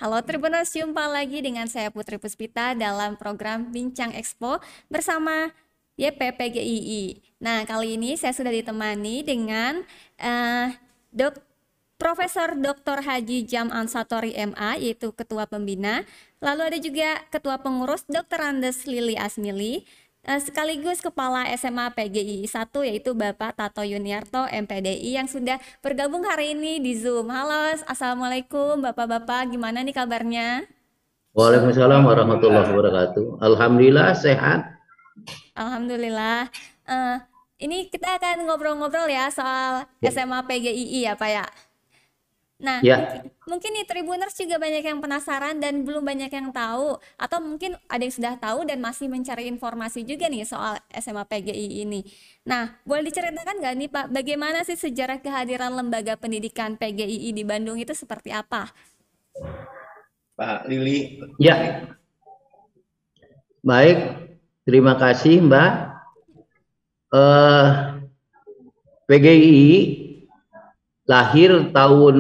Halo Tribuners, jumpa lagi dengan saya Putri Puspita dalam program Bincang Expo bersama YPPGII. Nah, kali ini saya sudah ditemani dengan eh, Dok Profesor Dr. Haji Jam Ansatori MA, yaitu Ketua Pembina. Lalu ada juga Ketua Pengurus Dr. Andes Lili Asmili, sekaligus Kepala SMA PGII 1, yaitu Bapak Tato Yuniarto MPDI yang sudah bergabung hari ini di Zoom. Halo, Assalamualaikum Bapak-Bapak, gimana nih kabarnya? Waalaikumsalam warahmatullahi wabarakatuh. Alhamdulillah sehat. Alhamdulillah. Eh, ini kita akan ngobrol-ngobrol ya soal Ya, SMA PGII ya Pak ya. Nah, mungkin, ya, mungkin nih Tribuners juga banyak yang penasaran dan belum banyak yang tahu, atau mungkin ada yang sudah tahu dan masih mencari informasi juga nih soal SMA PGI ini. Nah, boleh diceritakan nggak nih Pak, bagaimana sih sejarah kehadiran lembaga pendidikan PGII di Bandung itu seperti apa? Pak Lili. ya. Baik. Terima kasih, Mbak. Eh, PGI lahir tahun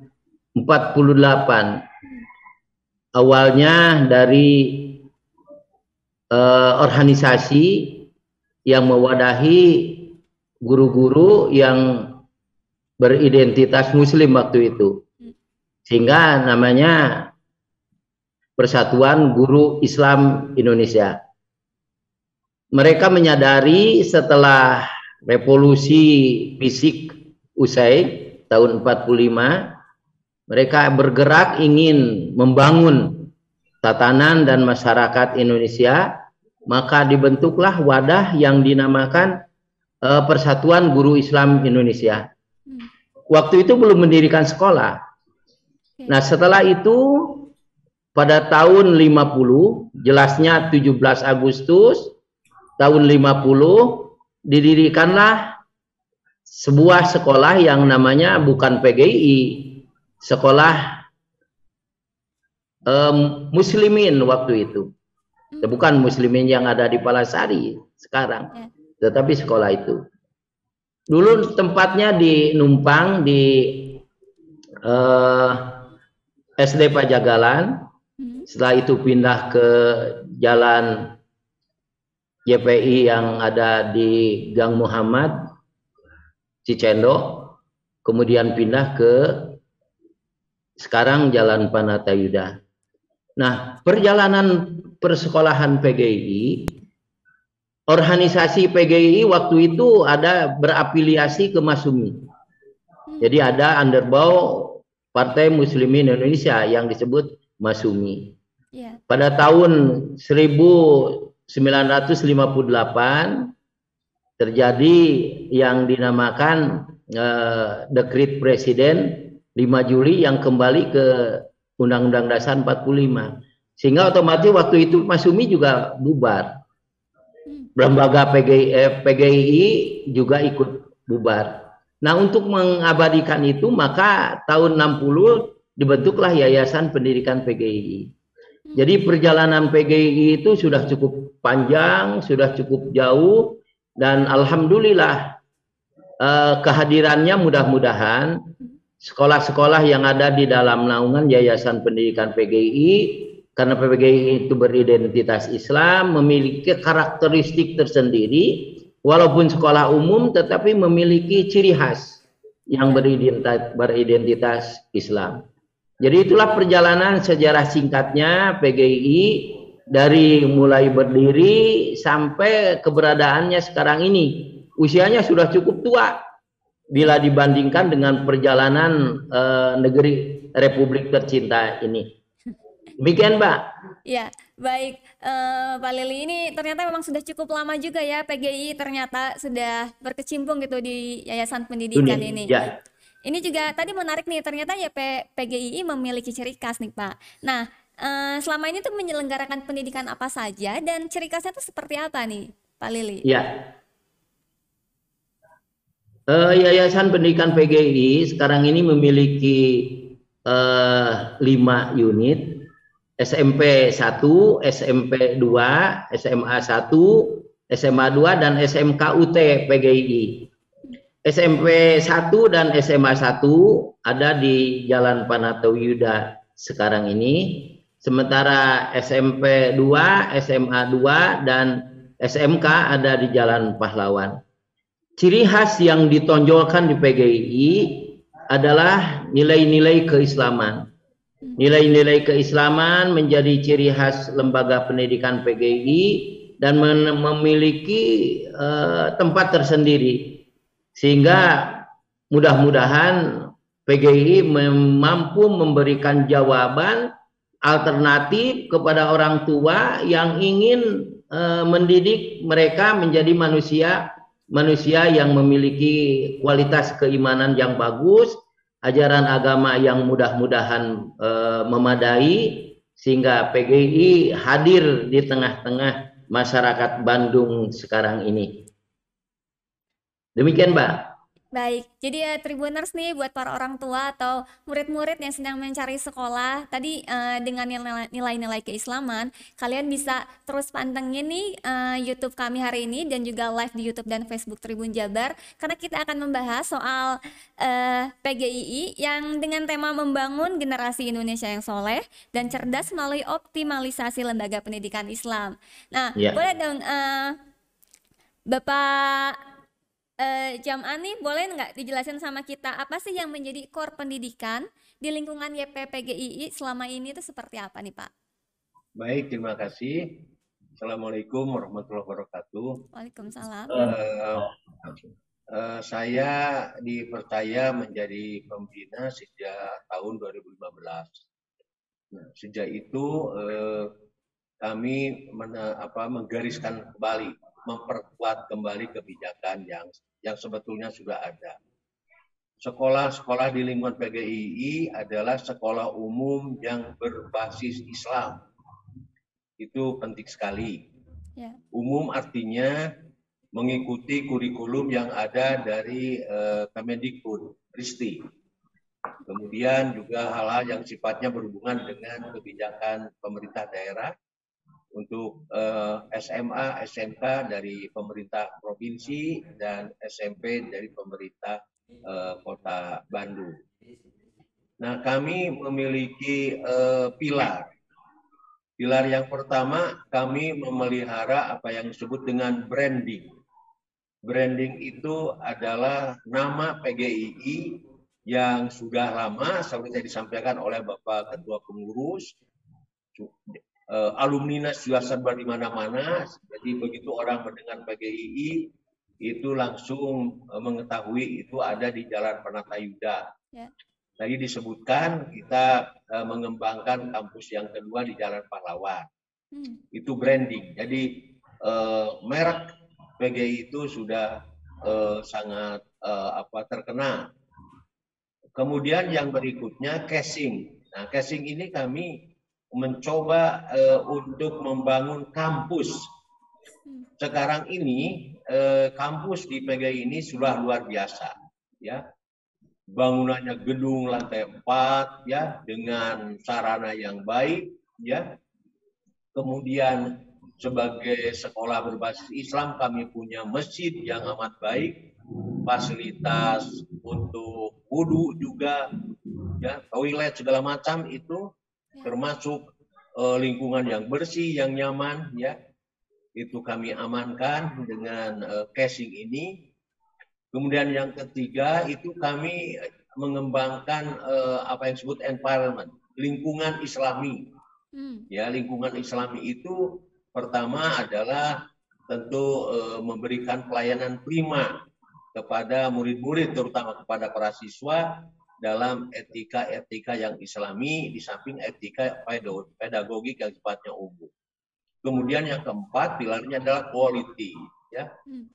48. Awalnya dari organisasi yang mewadahi guru-guru yang beridentitas Muslim waktu itu, sehingga namanya Persatuan Guru Islam Indonesia. Mereka menyadari setelah revolusi fisik usai tahun 45, mereka bergerak ingin membangun tatanan dan masyarakat Indonesia, maka dibentuklah wadah yang dinamakan Persatuan Guru Islam Indonesia. Waktu itu belum mendirikan sekolah. Nah, setelah itu pada tahun 50, jelasnya 17 Agustus tahun 50, didirikanlah sebuah sekolah yang namanya bukan PGI, sekolah Muslimin waktu itu. Bukan Muslimin yang ada di Palasari sekarang, tetapi sekolah itu. Dulu tempatnya di Numpang, di SD Pajagalan. Setelah itu pindah ke jalan YPI yang ada di Gang Muhammad, Cicendo. Kemudian pindah ke sekarang Jalan Panatayuda. Nah, perjalanan persekolahan PGI, organisasi PGI waktu itu ada berafiliasi ke Masumi. Jadi ada underbow Partai Muslimin Indonesia yang disebut Masumi. Pada tahun 1958 terjadi yang dinamakan dekret Presiden 5 Juli yang kembali ke Undang-Undang Dasar 45. Sehingga otomatis waktu itu Masumi juga bubar. Lembaga PGI juga ikut bubar. Nah, untuk mengabadikan itu, maka tahun 60 dibentuklah Yayasan Pendidikan PGI. Jadi perjalanan PGI itu sudah cukup panjang, sudah cukup jauh, dan alhamdulillah kehadirannya mudah-mudahan sekolah-sekolah yang ada di dalam naungan Yayasan Pendidikan PGI, karena PGI itu beridentitas Islam, memiliki karakteristik tersendiri, walaupun sekolah umum tetapi memiliki ciri khas yang beridentitas Islam. Jadi itulah perjalanan sejarah singkatnya PGI dari mulai berdiri sampai keberadaannya sekarang ini. Usianya sudah cukup tua bila dibandingkan dengan perjalanan negeri Republik tercinta ini. Demikian, Mbak. Ya, baik Pak Lili, ini ternyata memang sudah cukup lama juga ya PGI ternyata sudah berkecimpung gitu di Yayasan Pendidikan ini. Ya. Ini juga tadi menarik nih, ternyata ya PGII memiliki ciri khas nih Pak. Nah, selama ini tuh menyelenggarakan pendidikan apa saja dan ciri khasnya tuh seperti apa nih Pak Lili? Ya. Yayasan Pendidikan PGI sekarang ini memiliki 5 unit. SMP 1, SMP 2, SMA 1, SMA 2, dan SMK UT PGI. SMP 1 dan SMA 1 ada di Jalan Panatayuda sekarang ini, sementara SMP 2, SMA 2, dan SMK ada di Jalan Pahlawan. Ciri khas yang ditonjolkan di PGII adalah nilai-nilai keislaman. Nilai-nilai keislaman menjadi ciri khas lembaga pendidikan PGII dan memiliki tempat tersendiri, sehingga mudah-mudahan PGII mampu memberikan jawaban alternatif kepada orang tua yang ingin mendidik mereka menjadi manusia yang memiliki kualitas keimanan yang bagus, ajaran agama yang mudah-mudahan memadai, sehingga PGII hadir di tengah-tengah masyarakat Bandung sekarang ini. Demikian, Mbak. Baik, jadi Tribuners nih buat para orang tua atau murid-murid yang sedang mencari sekolah tadi dengan nilai-nilai keislaman, kalian bisa terus pantengin nih YouTube kami hari ini dan juga live di YouTube dan Facebook Tribun Jabar, karena kita akan membahas soal PGII yang dengan tema membangun generasi Indonesia yang soleh dan cerdas melalui optimalisasi lembaga pendidikan Islam. Nah, boleh dong Bapak Jam'an nih, boleh nggak dijelasin sama kita apa sih yang menjadi core pendidikan di lingkungan YPPGII selama ini itu seperti apa nih Pak? Baik, terima kasih. Assalamualaikum warahmatullahi wabarakatuh. Waalaikumsalam. Saya dipercaya menjadi pembina sejak tahun 2015. Nah, sejak itu kami menggariskan kembali, memperkuat kembali kebijakan yang sebetulnya sudah ada. Sekolah-sekolah di lingkungan PGII adalah sekolah umum yang berbasis Islam. Itu penting sekali. Ya. Umum artinya mengikuti kurikulum yang ada dari Kemendikbud, Ristek. Kemudian juga hal-hal yang sifatnya berhubungan dengan kebijakan pemerintah daerah, untuk SMA, SMK dari pemerintah provinsi dan SMP dari pemerintah Kota Bandung. Nah, kami memiliki pilar. Pilar yang pertama, kami memelihara apa yang disebut dengan branding. Branding itu adalah nama PGII yang sudah lama, seperti disampaikan oleh Bapak Ketua Pengurus. Alumni sudah sebar di mana-mana, jadi begitu orang mendengar PGII itu langsung mengetahui itu ada di Jalan Pranatayuda. Ya. Tadi disebutkan kita mengembangkan kampus yang kedua di Jalan Pahlawan. Itu branding. Jadi merek PGII itu sudah sangat terkenal. Kemudian yang berikutnya casing. Nah, casing ini kami mencoba untuk membangun kampus. Sekarang ini kampus di PGII ini sudah luar biasa, ya. Bangunannya gedung lantai 4, ya, dengan sarana yang baik, ya. Kemudian sebagai sekolah berbasis Islam kami punya masjid yang amat baik, fasilitas untuk wudhu juga, ya, toilet segala macam itu. Termasuk lingkungan yang bersih, yang nyaman, ya, itu kami amankan dengan casing ini. Kemudian yang ketiga itu kami mengembangkan apa yang disebut environment, lingkungan Islami. Ya, lingkungan Islami itu pertama adalah tentu memberikan pelayanan prima kepada murid-murid, terutama kepada para siswa, dalam etika-etika yang Islami, di samping etika pedagogik yang sifatnya umum. Kemudian yang keempat, pilarnya adalah quality. Ya.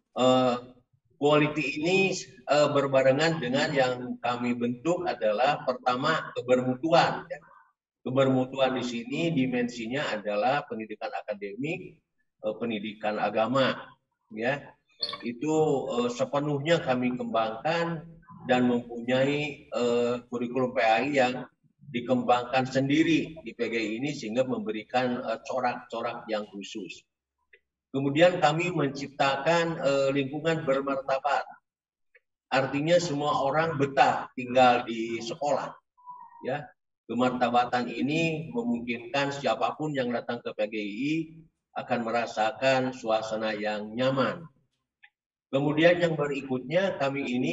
Quality ini berbarengan dengan yang kami bentuk adalah pertama kebermutuan. Ya. Kebermutuan di sini dimensinya adalah pendidikan akademik, pendidikan agama. Ya. Itu sepenuhnya kami kembangkan dan mempunyai kurikulum PAI yang dikembangkan sendiri di PGII ini sehingga memberikan corak-corak yang khusus. Kemudian kami menciptakan lingkungan bermartabat. Artinya semua orang betah tinggal di sekolah. Ya, kemartabatan ini memungkinkan siapapun yang datang ke PGII akan merasakan suasana yang nyaman. Kemudian yang berikutnya kami ini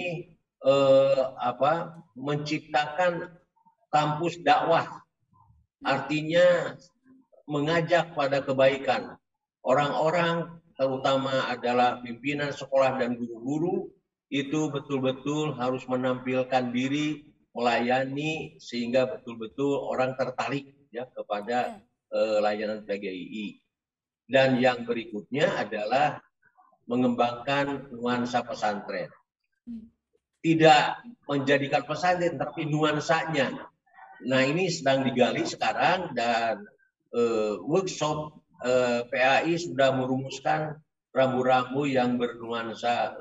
menciptakan kampus dakwah, artinya mengajak pada kebaikan. Orang-orang terutama adalah pimpinan sekolah dan guru-guru itu betul-betul harus menampilkan diri melayani sehingga betul-betul orang tertarik ya kepada layanan PGII. Dan yang berikutnya adalah mengembangkan nuansa pesantren. Tidak menjadikan pesantren tapi nuansanya. Nah, ini sedang digali sekarang dan workshop PAI sudah merumuskan rambu-rambu yang bernuansa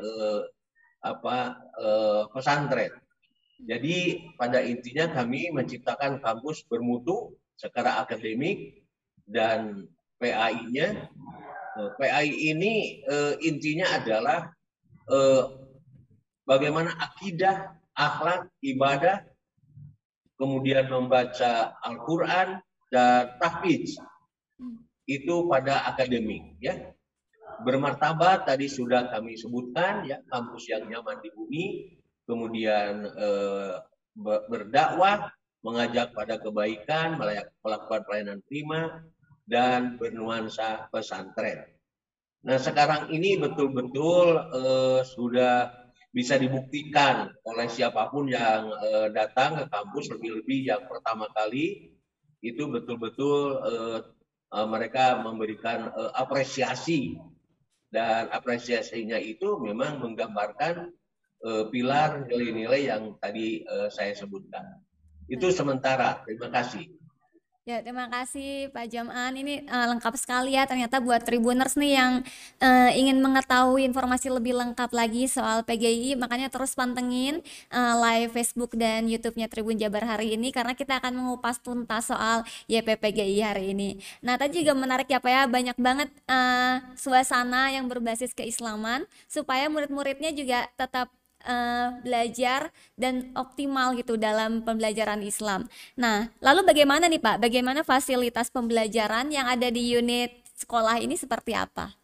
pesantren. Jadi pada intinya kami menciptakan kampus bermutu secara akademik dan PAI-nya. PAI ini intinya adalah bagaimana akidah, akhlak, ibadah, kemudian membaca Al-Quran dan tahfidz itu pada akademik, ya. Bermartabat tadi sudah kami sebutkan, ya, kampus yang nyaman di bumi, kemudian berdakwah, mengajak pada kebaikan, melakukan pelayanan prima, dan bernuansa pesantren. Nah, sekarang ini betul-betul sudah bisa dibuktikan oleh siapapun yang datang ke kampus, lebih-lebih yang pertama kali itu betul-betul mereka memberikan apresiasi, dan apresiasinya itu memang menggambarkan pilar nilai-nilai yang tadi saya sebutkan. Itu sementara. Terima kasih. Ya, terima kasih Pak Jam'an. Ini lengkap sekali ya ternyata buat Tribuners nih yang ingin mengetahui informasi lebih lengkap lagi soal PGII, makanya terus pantengin live Facebook dan YouTube-nya Tribun Jabar hari ini karena kita akan mengupas tuntas soal YPPGII hari ini. Nah, tadi juga menarik ya Pak ya, banyak banget suasana yang berbasis keislaman supaya murid-muridnya juga tetap belajar dan optimal gitu dalam pembelajaran Islam. Nah, lalu bagaimana nih Pak? Bagaimana fasilitas pembelajaran yang ada di unit sekolah ini seperti apa?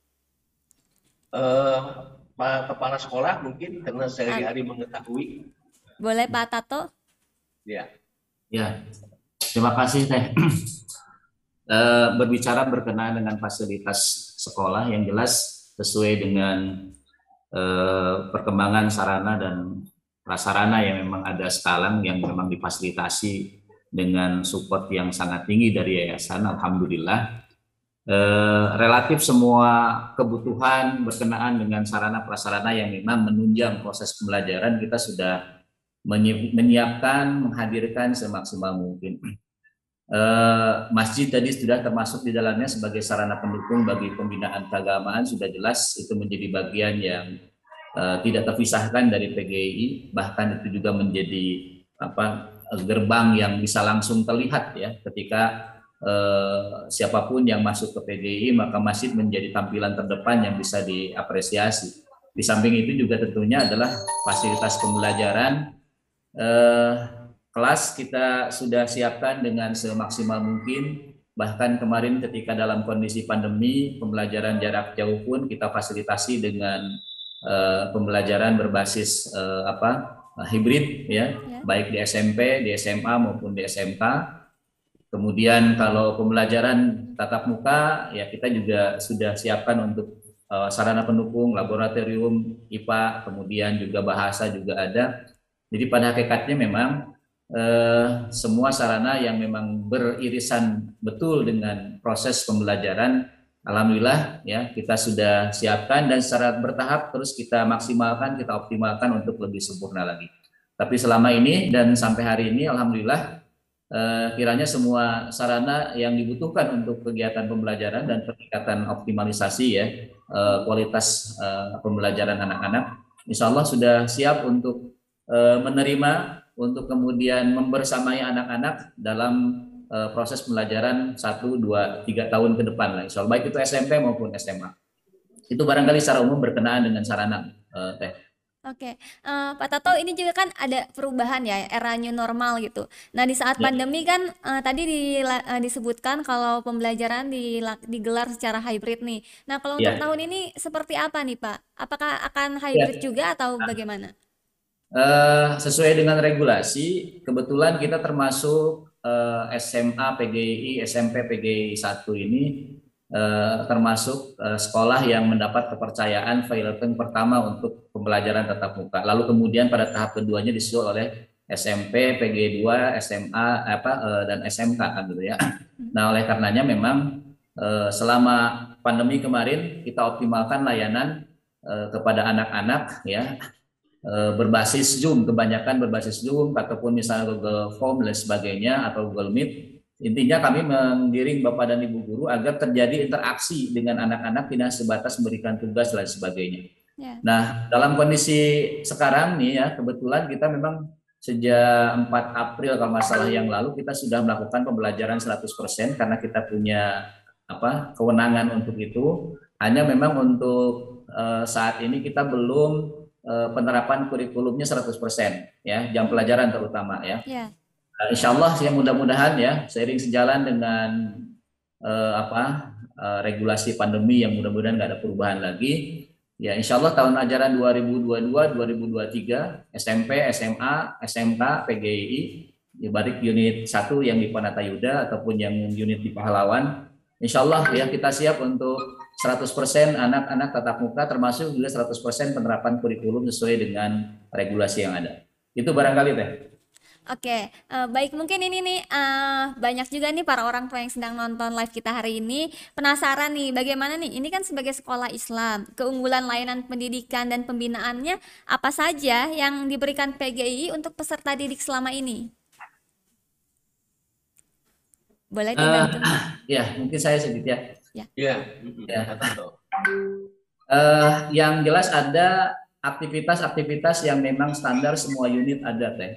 Pak Kepala Sekolah mungkin karena sehari-hari mengetahui. Boleh Pak Tato? Ya. Ya, terima kasih Teh. Berbicara berkenaan dengan fasilitas sekolah yang jelas sesuai dengan perkembangan sarana dan prasarana yang memang ada sekarang yang memang difasilitasi dengan support yang sangat tinggi dari yayasan. Alhamdulillah relatif semua kebutuhan berkenaan dengan sarana prasarana yang memang menunjang proses pembelajaran kita sudah menyiapkan, menghadirkan semaksimal mungkin. Masjid tadi sudah termasuk di dalamnya sebagai sarana pendukung bagi pembinaan keagamaan, sudah jelas itu menjadi bagian yang tidak terpisahkan dari PGII, bahkan itu juga menjadi gerbang yang bisa langsung terlihat ya ketika siapapun yang masuk ke PGII, maka masjid menjadi tampilan terdepan yang bisa diapresiasi. Di samping itu juga tentunya adalah fasilitas pembelajaran. Kelas kita sudah siapkan dengan semaksimal mungkin, bahkan kemarin ketika dalam kondisi pandemi pembelajaran jarak jauh pun kita fasilitasi dengan pembelajaran berbasis hibrid ya, baik di SMP, di SMA maupun di SMK. Kemudian kalau pembelajaran tatap muka ya kita juga sudah siapkan untuk sarana pendukung, laboratorium IPA, kemudian juga bahasa juga ada. Jadi pada hakikatnya memang semua sarana yang memang beririsan betul dengan proses pembelajaran, alhamdulillah ya kita sudah siapkan dan secara bertahap terus kita maksimalkan, kita optimalkan untuk lebih sempurna lagi. Tapi selama ini dan sampai hari ini alhamdulillah kiranya semua sarana yang dibutuhkan untuk kegiatan pembelajaran dan peningkatan optimalisasi ya kualitas pembelajaran anak-anak, insya Allah sudah siap untuk menerima, untuk kemudian membersamai anak-anak dalam proses pembelajaran 1, 2, 3 tahun ke depan lah, insya Allah, baik itu SMP maupun SMA. Itu barangkali secara umum berkenaan dengan sarana Teh. Oke, Pak Tato, ini juga kan ada perubahan ya, era new normal gitu. Nah, di saat Ya, pandemi kan tadi disebutkan kalau pembelajaran digelar secara hybrid nih. Nah, kalau untuk ya, tahun ini seperti apa nih, Pak? Apakah akan hybrid ya. juga atau bagaimana? Sesuai dengan regulasi, kebetulan kita termasuk SMA PGI, SMP PGI 1 ini termasuk sekolah yang mendapat kepercayaan fileting pertama untuk pembelajaran tatap muka. Lalu kemudian pada tahap keduanya disusul oleh SMP, PGI 2, SMA dan SMK kan gitu ya. Nah, oleh karenanya memang selama pandemi kemarin kita optimalkan layanan kepada anak-anak ya, berbasis Zoom, kebanyakan berbasis Zoom ataupun misalnya Google Form dan sebagainya atau Google Meet. Intinya kami menggiring Bapak dan Ibu guru agar terjadi interaksi dengan anak-anak, tidak sebatas memberikan tugas dan sebagainya. Ya, Nah, dalam kondisi sekarang nih ya, kebetulan kita memang sejak 4 April kalau masalah yang lalu kita sudah melakukan pembelajaran 100% karena kita punya kewenangan untuk itu. Hanya memang untuk saat ini kita belum penerapan kurikulumnya 100% ya, jam pelajaran terutama ya. ya, Insya Allah ya, mudah-mudahan ya seiring sejalan dengan regulasi pandemi yang mudah-mudahan nggak ada perubahan lagi. Ya, insya Allah tahun ajaran 2022-2023 SMP, SMA, SMK, PGI, baik unit 1 yang di Panatayuda ataupun yang unit di Pahlawan, insya Allah ya kita siap untuk 100% anak-anak tatap muka, termasuk juga 100% penerapan kurikulum sesuai dengan regulasi yang ada. Itu barangkali Teh. oke. Baik, mungkin ini nih banyak juga nih para orang tua yang sedang nonton live kita hari ini penasaran nih bagaimana nih. Ini kan sebagai sekolah Islam, keunggulan layanan pendidikan dan pembinaannya apa saja yang diberikan PGI untuk peserta didik selama ini? Boleh Eh, dibantu? ya, mungkin saya sedikit ya. Ya. Iya, Ya. Pak Tato. Yang jelas ada aktivitas-aktivitas yang memang standar semua unit ada Teh.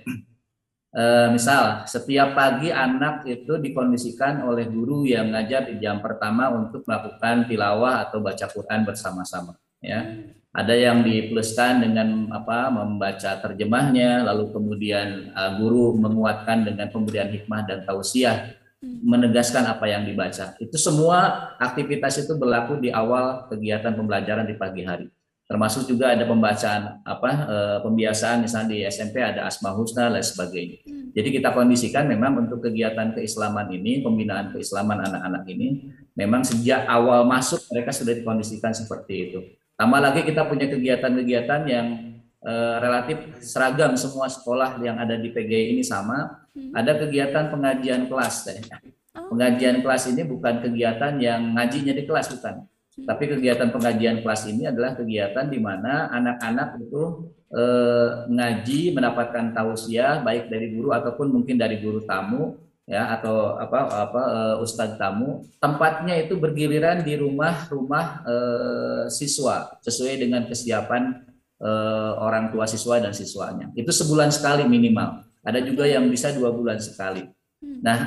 Misal setiap pagi anak itu dikondisikan oleh guru yang ngajar di jam pertama untuk melakukan tilawah atau baca Quran bersama-sama ya. Ada yang dipluskan dengan membaca terjemahnya, lalu kemudian guru menguatkan dengan pemberian hikmah dan tausiah, menegaskan apa yang dibaca. Itu semua aktivitas itu berlaku di awal kegiatan pembelajaran di pagi hari. Termasuk juga ada pembacaan pembiasaan, misalnya di SMP ada Asmaul Husna dan sebagainya. Jadi kita kondisikan memang untuk kegiatan keislaman ini, pembinaan keislaman anak-anak ini, memang sejak awal masuk mereka sudah dikondisikan seperti itu. Tambah lagi kita punya kegiatan-kegiatan yang relatif seragam, semua sekolah yang ada di PGI ini sama. Ada kegiatan pengajian kelas. Pengajian kelas ini bukan kegiatan yang ngajinya di kelas, bukan. Tapi kegiatan pengajian kelas ini adalah kegiatan di mana anak-anak itu ngaji, mendapatkan tausiah baik dari guru ataupun mungkin dari guru tamu ya, atau ustadz tamu. Tempatnya itu bergiliran di rumah-rumah siswa sesuai dengan kesiapan orang tua siswa dan siswanya. Itu sebulan sekali minimal. Ada juga yang bisa 2 bulan sekali. Nah,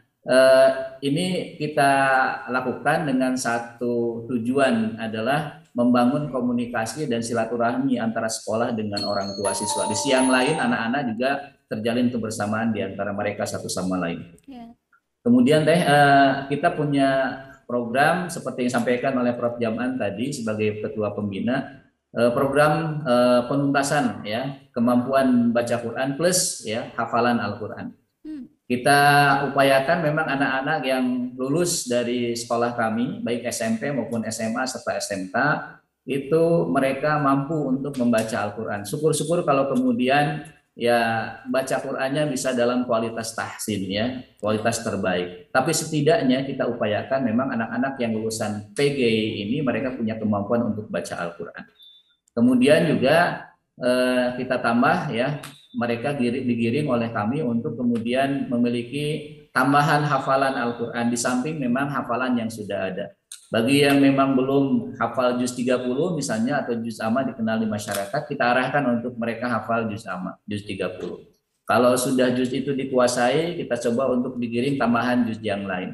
ini kita lakukan dengan satu tujuan adalah membangun komunikasi dan silaturahmi antara sekolah dengan orang tua siswa. Di siang lain anak-anak juga terjalin kebersamaan di antara mereka satu sama lain. Yeah. Kemudian kita punya program seperti yang disampaikan oleh Prof. Jam'an tadi sebagai ketua pembina, program penuntasan ya, kemampuan baca Quran plus ya hafalan Al-Quran. Kita upayakan memang anak-anak yang lulus dari sekolah kami, baik SMP maupun SMA serta SMK, itu mereka mampu untuk membaca Al-Quran. Syukur-syukur kalau kemudian ya baca Qurannya bisa dalam kualitas tahsin ya, kualitas terbaik. Tapi setidaknya kita upayakan memang anak-anak yang lulusan PGI ini mereka punya kemampuan untuk baca Al-Quran. Kemudian juga kita tambah ya, mereka digiring oleh kami untuk kemudian memiliki tambahan hafalan Al-Quran di samping memang hafalan yang sudah ada. Bagi yang memang belum hafal juz 30 misalnya atau juz amma dikenal di masyarakat, kita arahkan untuk mereka hafal juz amma, juz 30. Kalau sudah juz itu dikuasai, kita coba untuk digiring tambahan juz yang lain.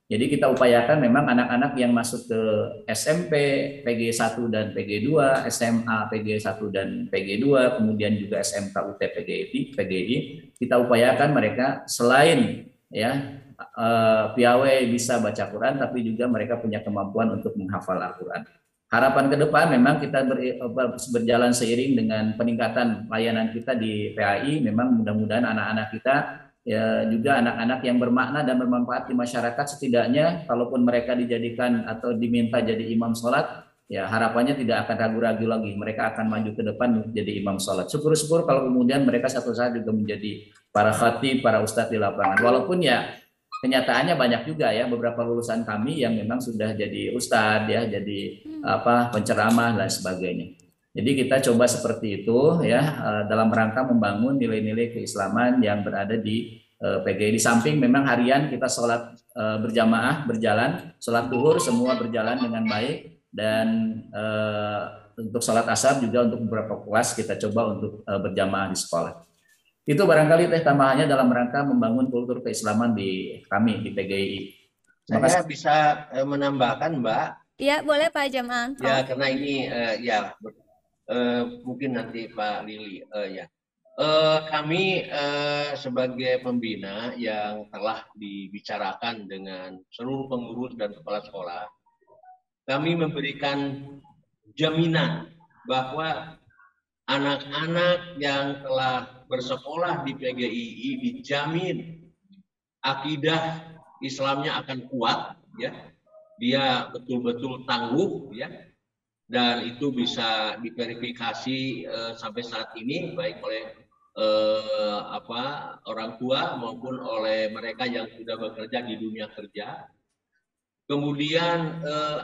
Jadi kita upayakan memang anak-anak yang masuk ke SMP, PG1 dan PG2, SMA, PG1 dan PG2, kemudian juga SMK UT PGI, kita upayakan mereka selain ya piawai bisa baca Quran, tapi juga mereka punya kemampuan untuk menghafal Al-Quran. Harapan ke depan memang kita berjalan seiring dengan peningkatan layanan kita di PAI, memang mudah-mudahan anak-anak kita ya juga anak-anak yang bermakna dan bermanfaat di masyarakat, setidaknya kalaupun mereka dijadikan atau diminta jadi imam sholat, ya harapannya tidak akan ragu-ragu lagi, mereka akan maju ke depan menjadi imam sholat. Syukur-syukur kalau kemudian mereka satu saat juga menjadi para khatib, para ustadz di lapangan. Walaupun ya kenyataannya banyak juga ya beberapa lulusan kami yang memang sudah jadi ustadz ya, jadi penceramah dan sebagainya. Jadi kita coba seperti itu ya dalam rangka membangun nilai-nilai keislaman yang berada di PGI. Di samping memang harian kita sholat berjamaah berjalan, sholat duhur semua berjalan dengan baik, dan untuk sholat asar juga untuk beberapa kelas kita coba untuk berjamaah di sekolah. Itu barangkali teh tambahannya dalam rangka membangun kultur keislaman di kami di PGI. Saya bisa menambahkan, Mbak. Iya, boleh Pak Jamal. Ya, karena ini mungkin nanti Pak Lili kami sebagai pembina yang telah dibicarakan dengan seluruh pengurus dan kepala sekolah, kami memberikan jaminan bahwa anak-anak yang telah bersekolah di PGII dijamin akidah Islamnya akan kuat, ya, dia betul-betul tangguh, ya. Dan itu bisa diverifikasi sampai saat ini baik oleh orang tua maupun oleh mereka yang sudah bekerja di dunia kerja. Kemudian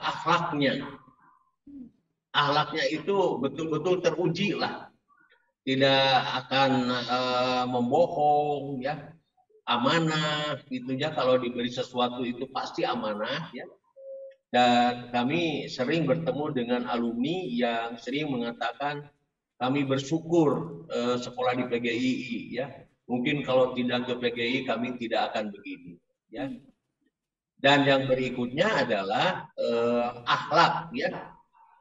akhlaknya itu betul-betul teruji lah, tidak akan membohong, ya, amanah gitu ya, kalau diberi sesuatu itu pasti amanah, ya. Dan kami sering bertemu dengan alumni yang sering mengatakan kami bersyukur sekolah di PGII, ya. Mungkin kalau tidak ke PGI kami tidak akan begini, ya. Dan yang berikutnya adalah akhlak, ya.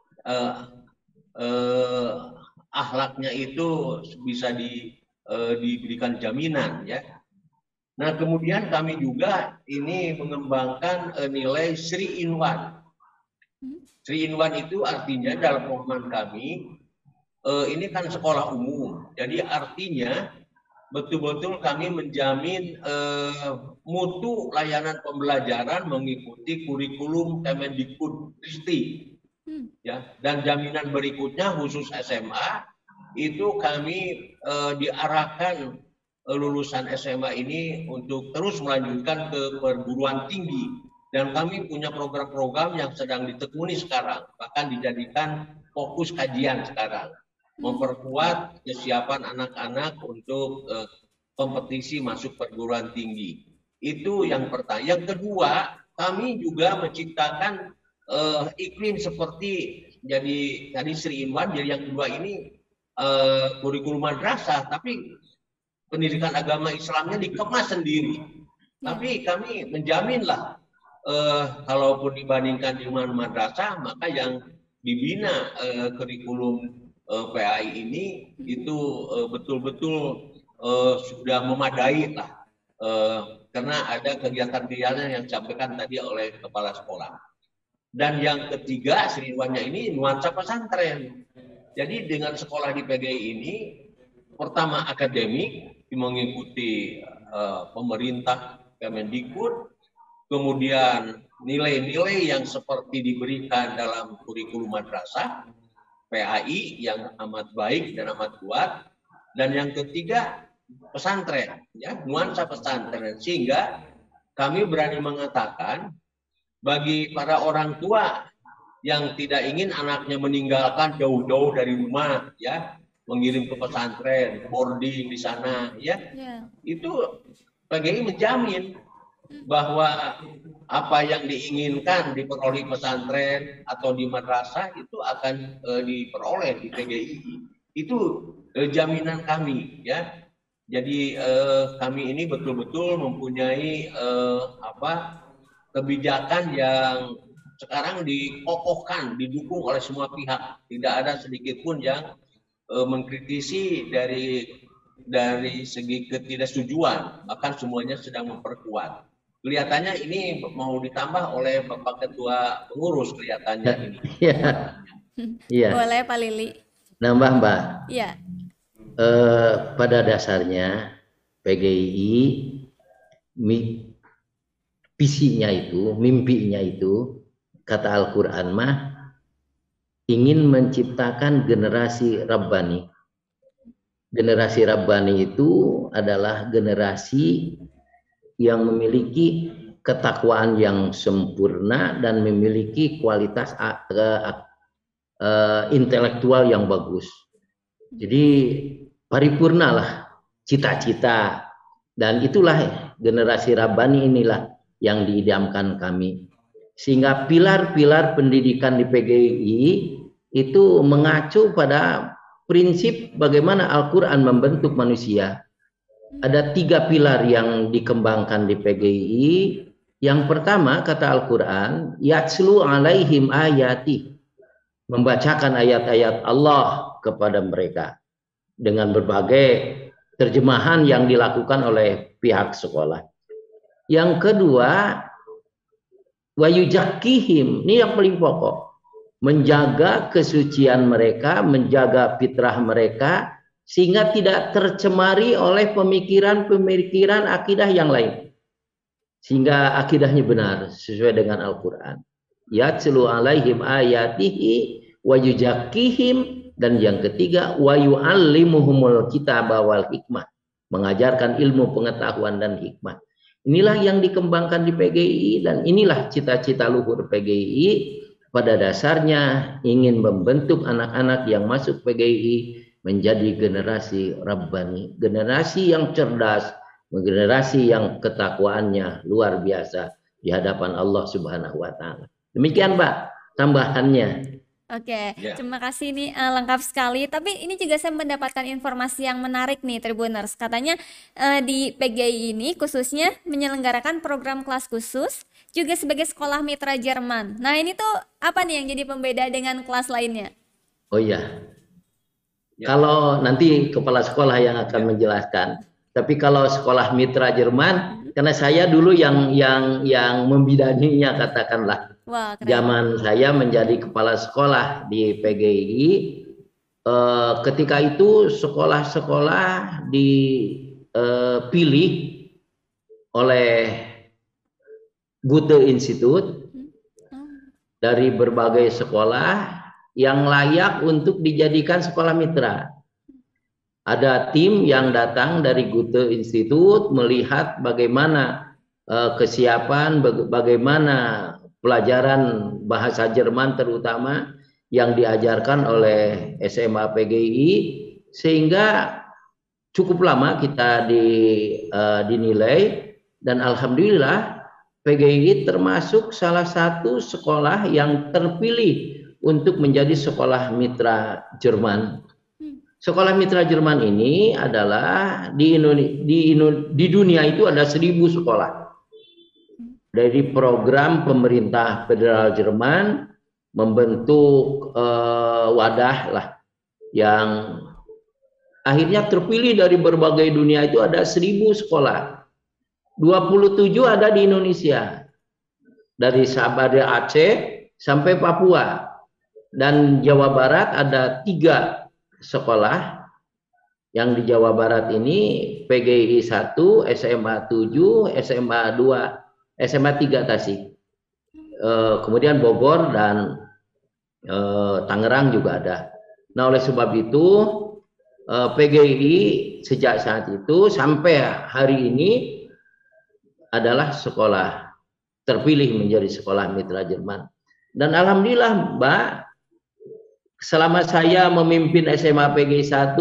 Akhlaknya itu bisa diberikan jaminan, ya. Nah, kemudian kami juga ini mengembangkan nilai 3-in-1. 3-in-1 itu artinya dalam pemahaman kami, ini kan sekolah umum. Jadi artinya betul-betul kami menjamin mutu layanan pembelajaran mengikuti kurikulum Kemendikbudristek. Ya, dan jaminan berikutnya khusus SMA itu kami diarahkan lulusan SMA ini untuk terus melanjutkan ke perguruan tinggi, dan kami punya program-program yang sedang ditekuni sekarang, bahkan dijadikan fokus kajian sekarang, memperkuat kesiapan anak-anak untuk kompetisi masuk perguruan tinggi. Itu yang pertama. Yang kedua, kami juga menciptakan iklim seperti jadi tadi 3-in-1, jadi yang kedua ini kurikulum madrasah, tapi pendidikan agama Islamnya dikemas sendiri. Tapi kami menjaminlah kalaupun dibandingkan dengan madrasah, maka yang dibina kurikulum PAI ini itu betul-betul sudah memadai lah, karena ada kegiatan-kegiatan yang disampaikan tadi oleh kepala sekolah. Dan yang ketiga, 3-in-1-nya ini nuansa pesantren. Jadi dengan sekolah di PGI ini, pertama akademik, mengikuti pemerintah Kemendikbud, kemudian nilai-nilai yang seperti diberikan dalam kurikulum madrasah PAI yang amat baik dan amat kuat, dan yang ketiga pesantren, ya, nuansa pesantren, sehingga kami berani mengatakan bagi para orang tua yang tidak ingin anaknya meninggalkan jauh-jauh dari rumah, ya, mengirim ke pesantren, boarding di sana, ya, itu PGI menjamin bahwa apa yang diinginkan diperoleh pesantren atau di madrasah itu akan diperoleh di PGI. Itu jaminan kami, ya. Jadi kami ini betul-betul mempunyai kebijakan yang sekarang dikokohkan, didukung oleh semua pihak. Tidak ada sedikit pun yang mengkritisi dari segi ketidaksetujuan, bahkan semuanya sedang memperkuat. Kelihatannya ini mau ditambah oleh Bapak Ketua Pengurus kelihatannya ini. Iya. Boleh Pak Lili. Nambah Mbak. Iya. Pada dasarnya PGII visinya itu, mimpinya itu, kata Al-Quran mah ingin menciptakan generasi Rabbani. Generasi Rabbani itu adalah generasi yang memiliki ketakwaan yang sempurna dan memiliki kualitas intelektual yang bagus. Jadi paripurna lah cita-cita, dan itulah generasi Rabbani inilah yang diidamkan kami. Sehingga pilar-pilar pendidikan di PGII itu mengacu pada prinsip bagaimana Al-Quran membentuk manusia. Ada 3 pilar yang dikembangkan di PGII. Yang pertama, kata Al-Quran, yatslu alaihim ayati, membacakan ayat-ayat Allah kepada mereka dengan berbagai terjemahan yang dilakukan oleh pihak sekolah. Yang kedua, wayujakkihim, ini yang paling pokok, menjaga kesucian mereka, menjaga fitrah mereka, sehingga tidak tercemari oleh pemikiran-pemikiran akidah yang lain, sehingga akidahnya benar sesuai dengan Al-Quran. Yatslu alaihim ayatihi wa yuzakkihim, dan yang ketiga wa yu'allimuhumul kitaba wal hikmah, mengajarkan ilmu pengetahuan dan hikmah. Inilah yang dikembangkan di PGII, dan inilah cita-cita luhur PGII. Pada dasarnya ingin membentuk anak-anak yang masuk PGII menjadi generasi Rabbani, generasi yang cerdas, generasi yang ketakwaannya luar biasa di hadapan Allah Subhanahu wa Ta'ala. Demikian Mbak tambahannya. Oke, terima kasih, nih lengkap sekali. Tapi ini juga saya mendapatkan informasi yang menarik nih Tribuners. Katanya di PGII ini khususnya menyelenggarakan program kelas khusus juga sebagai sekolah mitra Jerman. Nah ini tuh apa nih yang jadi pembeda dengan kelas lainnya? Oh iya, kalau nanti kepala sekolah yang akan menjelaskan. Tapi kalau sekolah mitra Jerman, karena saya dulu yang membidaninya, katakanlah. Wah, zaman saya menjadi kepala sekolah di PGII, ketika itu sekolah-sekolah dipilih oleh Goethe Institute dari berbagai sekolah yang layak untuk dijadikan sekolah mitra. Ada tim yang datang dari Goethe Institute melihat bagaimana kesiapan, bagaimana pelajaran bahasa Jerman terutama yang diajarkan oleh SMA PGII, sehingga cukup lama kita dinilai, dan alhamdulillah PGII termasuk salah satu sekolah yang terpilih untuk menjadi sekolah mitra Jerman. Sekolah mitra Jerman ini adalah di dunia itu ada 1000 sekolah. Dari program pemerintah federal Jerman membentuk wadah lah yang akhirnya terpilih dari berbagai dunia, itu ada 1000 sekolah. 27 ada di Indonesia. Dari Sabah dari Aceh sampai Papua. Dan Jawa Barat ada 3 sekolah. Yang di Jawa Barat ini PGII 1, SMA 7, SMA 2, SMA 3 Tasik. Kemudian Bogor dan Tangerang juga ada. Nah, oleh sebab itu PGII sejak saat itu sampai hari ini adalah sekolah terpilih menjadi sekolah mitra Jerman. Dan alhamdulillah Mbak, selama saya memimpin SMA PGII 1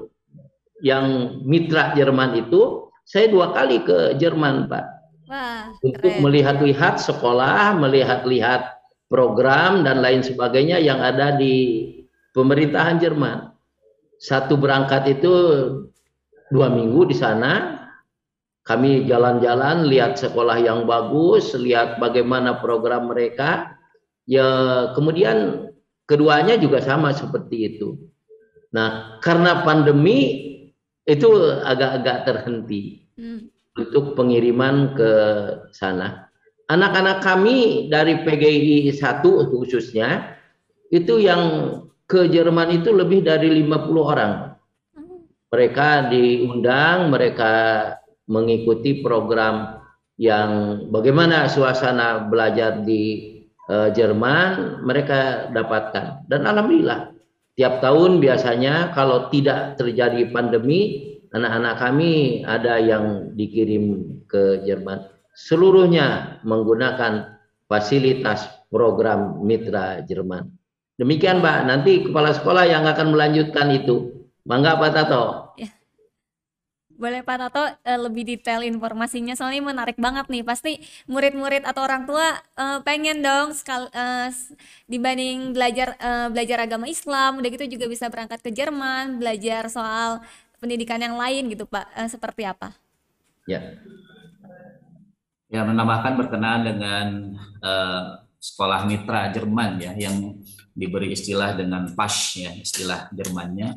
yang mitra Jerman itu, saya 2 kali ke Jerman Pak. Wah, untuk melihat-lihat sekolah, melihat-lihat program dan lain sebagainya yang ada di pemerintahan Jerman. Satu berangkat itu 2 minggu di sana, kami jalan-jalan, lihat sekolah yang bagus, lihat bagaimana program mereka. Ya, kemudian keduanya juga sama seperti itu. Nah, karena pandemi itu agak-agak terhenti untuk pengiriman ke sana. Anak-anak kami dari PGI 1 khususnya, itu yang ke Jerman itu lebih dari 50 orang. Mereka diundang, mereka mengikuti program yang bagaimana suasana belajar di Jerman mereka dapatkan. Dan alhamdulillah, tiap tahun biasanya kalau tidak terjadi pandemi, anak-anak kami ada yang dikirim ke Jerman. Seluruhnya menggunakan fasilitas program Mitra Jerman. Demikian Mbak, nanti kepala sekolah yang akan melanjutkan itu. Mangga Pak Tato. Ya. Boleh Pak Tato lebih detail informasinya, soalnya menarik banget nih. Pasti murid-murid atau orang tua pengen dong dibanding belajar agama Islam, udah gitu juga bisa berangkat ke Jerman, belajar soal pendidikan yang lain gitu Pak. Seperti apa? Ya. Ya, menambahkan berkenaan dengan sekolah mitra Jerman ya, yang diberi istilah dengan PASH ya, istilah Jermannya.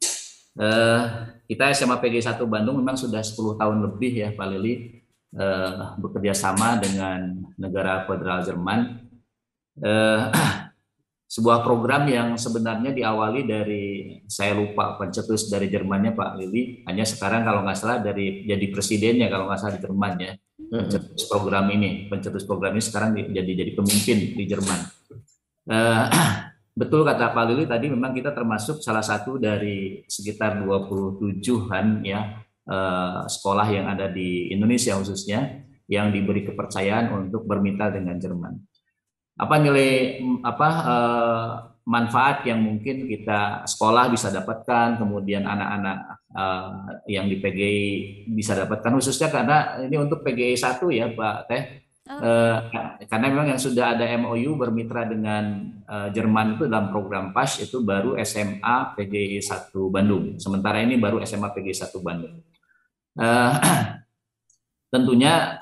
Kita SMA PGI 1 Bandung memang sudah 10 tahun lebih ya Pak Lili bekerja sama dengan negara federal Jerman. Sebuah program yang sebenarnya diawali dari, saya lupa pencetus dari Jermannya Pak Lili, hanya sekarang kalau nggak salah dari jadi presidennya kalau nggak salah di Jerman ya. Pencetus program ini sekarang jadi pemimpin di Jerman. Betul kata Pak Lili tadi, memang kita termasuk salah satu dari sekitar 27-an ya sekolah yang ada di Indonesia khususnya yang diberi kepercayaan untuk bermitra dengan Jerman. Apa nilai manfaat yang mungkin kita sekolah bisa dapatkan, kemudian anak-anak yang di PGI bisa dapatkan, khususnya karena ini untuk PGI 1 ya Pak Teh. Karena memang yang sudah ada MOU bermitra dengan Jerman itu dalam program PASH itu baru SMA PGI 1 Bandung. Sementara ini baru SMA PGI 1 Bandung. Tentunya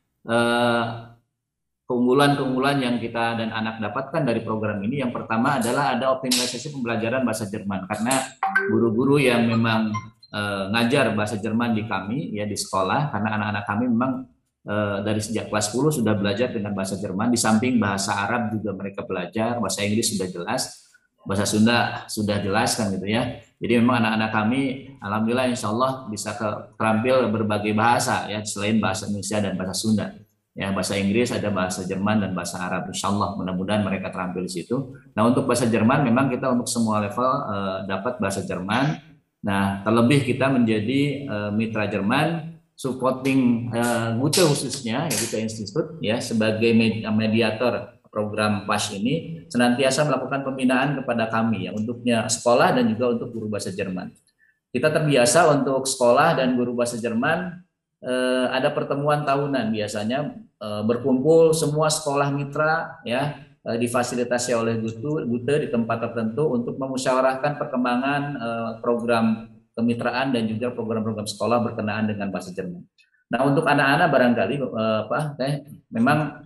keunggulan-keunggulan yang kita dan anak dapatkan dari program ini, yang pertama adalah ada optimalisasi pembelajaran bahasa Jerman, karena guru-guru yang memang ngajar bahasa Jerman di kami ya di sekolah, karena anak-anak kami memang dari sejak kelas 10 sudah belajar dengan bahasa Jerman, di samping bahasa Arab juga mereka belajar, bahasa Inggris sudah jelas, bahasa Sunda sudah jelas kan gitu ya. Jadi memang anak-anak kami alhamdulillah insya Allah bisa terampil berbagai bahasa ya, selain bahasa Indonesia dan bahasa Sunda. Ya, bahasa Inggris, ada bahasa Jerman dan bahasa Arab. Insya Allah mudah-mudahan mereka terampil di situ. Nah, untuk bahasa Jerman memang kita untuk semua level dapat bahasa Jerman. Nah, terlebih kita menjadi mitra Jerman, supporting Goethe khususnya, ya Goethe Institute ya sebagai mediator program PASH ini senantiasa melakukan pembinaan kepada kami ya, untuknya sekolah dan juga untuk guru bahasa Jerman. Kita terbiasa untuk sekolah dan guru bahasa Jerman ada pertemuan tahunan biasanya berkumpul semua sekolah mitra ya difasilitasi oleh Goethe di tempat tertentu untuk memusyawarahkan perkembangan program kemitraan dan juga program-program sekolah berkenaan dengan bahasa Jerman. Nah, untuk anak-anak barangkali memang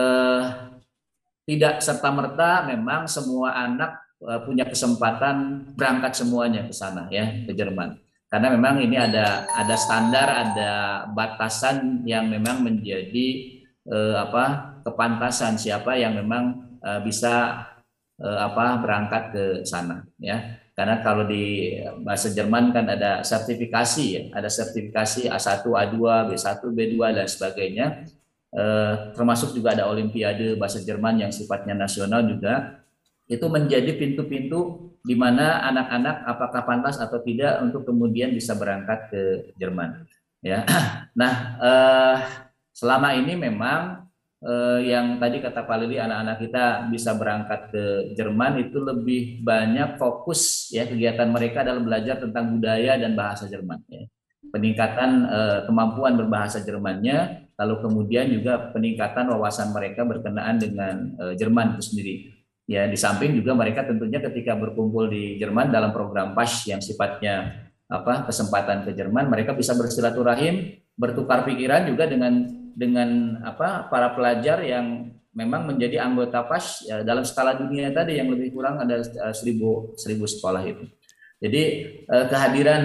tidak serta-merta memang semua anak punya kesempatan berangkat semuanya ke sana ya, ke Jerman. Karena memang ini ada standar, ada batasan yang memang menjadi kepantasan siapa yang memang bisa berangkat ke sana ya. Karena kalau di bahasa Jerman kan ada sertifikasi ya, ada sertifikasi A1, A2, B1, B2 dan sebagainya. Termasuk juga ada olimpiade bahasa Jerman yang sifatnya nasional juga. Itu menjadi pintu-pintu di mana anak-anak apakah pantas atau tidak untuk kemudian bisa berangkat ke Jerman. Ya, nah selama ini memang yang tadi kata Pak Lili, anak-anak kita bisa berangkat ke Jerman itu lebih banyak fokus ya kegiatan mereka dalam belajar tentang budaya dan bahasa Jerman. Ya. Peningkatan kemampuan berbahasa Jermannya, lalu kemudian juga peningkatan wawasan mereka berkenaan dengan Jerman itu sendiri. Ya, di samping juga mereka tentunya ketika berkumpul di Jerman dalam program PASH yang sifatnya kesempatan ke Jerman, mereka bisa bersilaturahim bertukar pikiran juga dengan apa para pelajar yang memang menjadi anggota PAS ya, dalam skala dunia tadi yang lebih kurang ada 1000 sekolah itu. Jadi kehadiran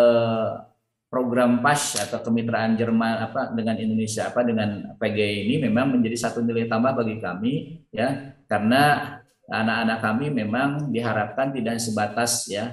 program PAS atau kemitraan Jerman apa dengan Indonesia apa dengan PGI ini memang menjadi satu nilai tambah bagi kami ya, karena anak-anak kami memang diharapkan tidak sebatas ya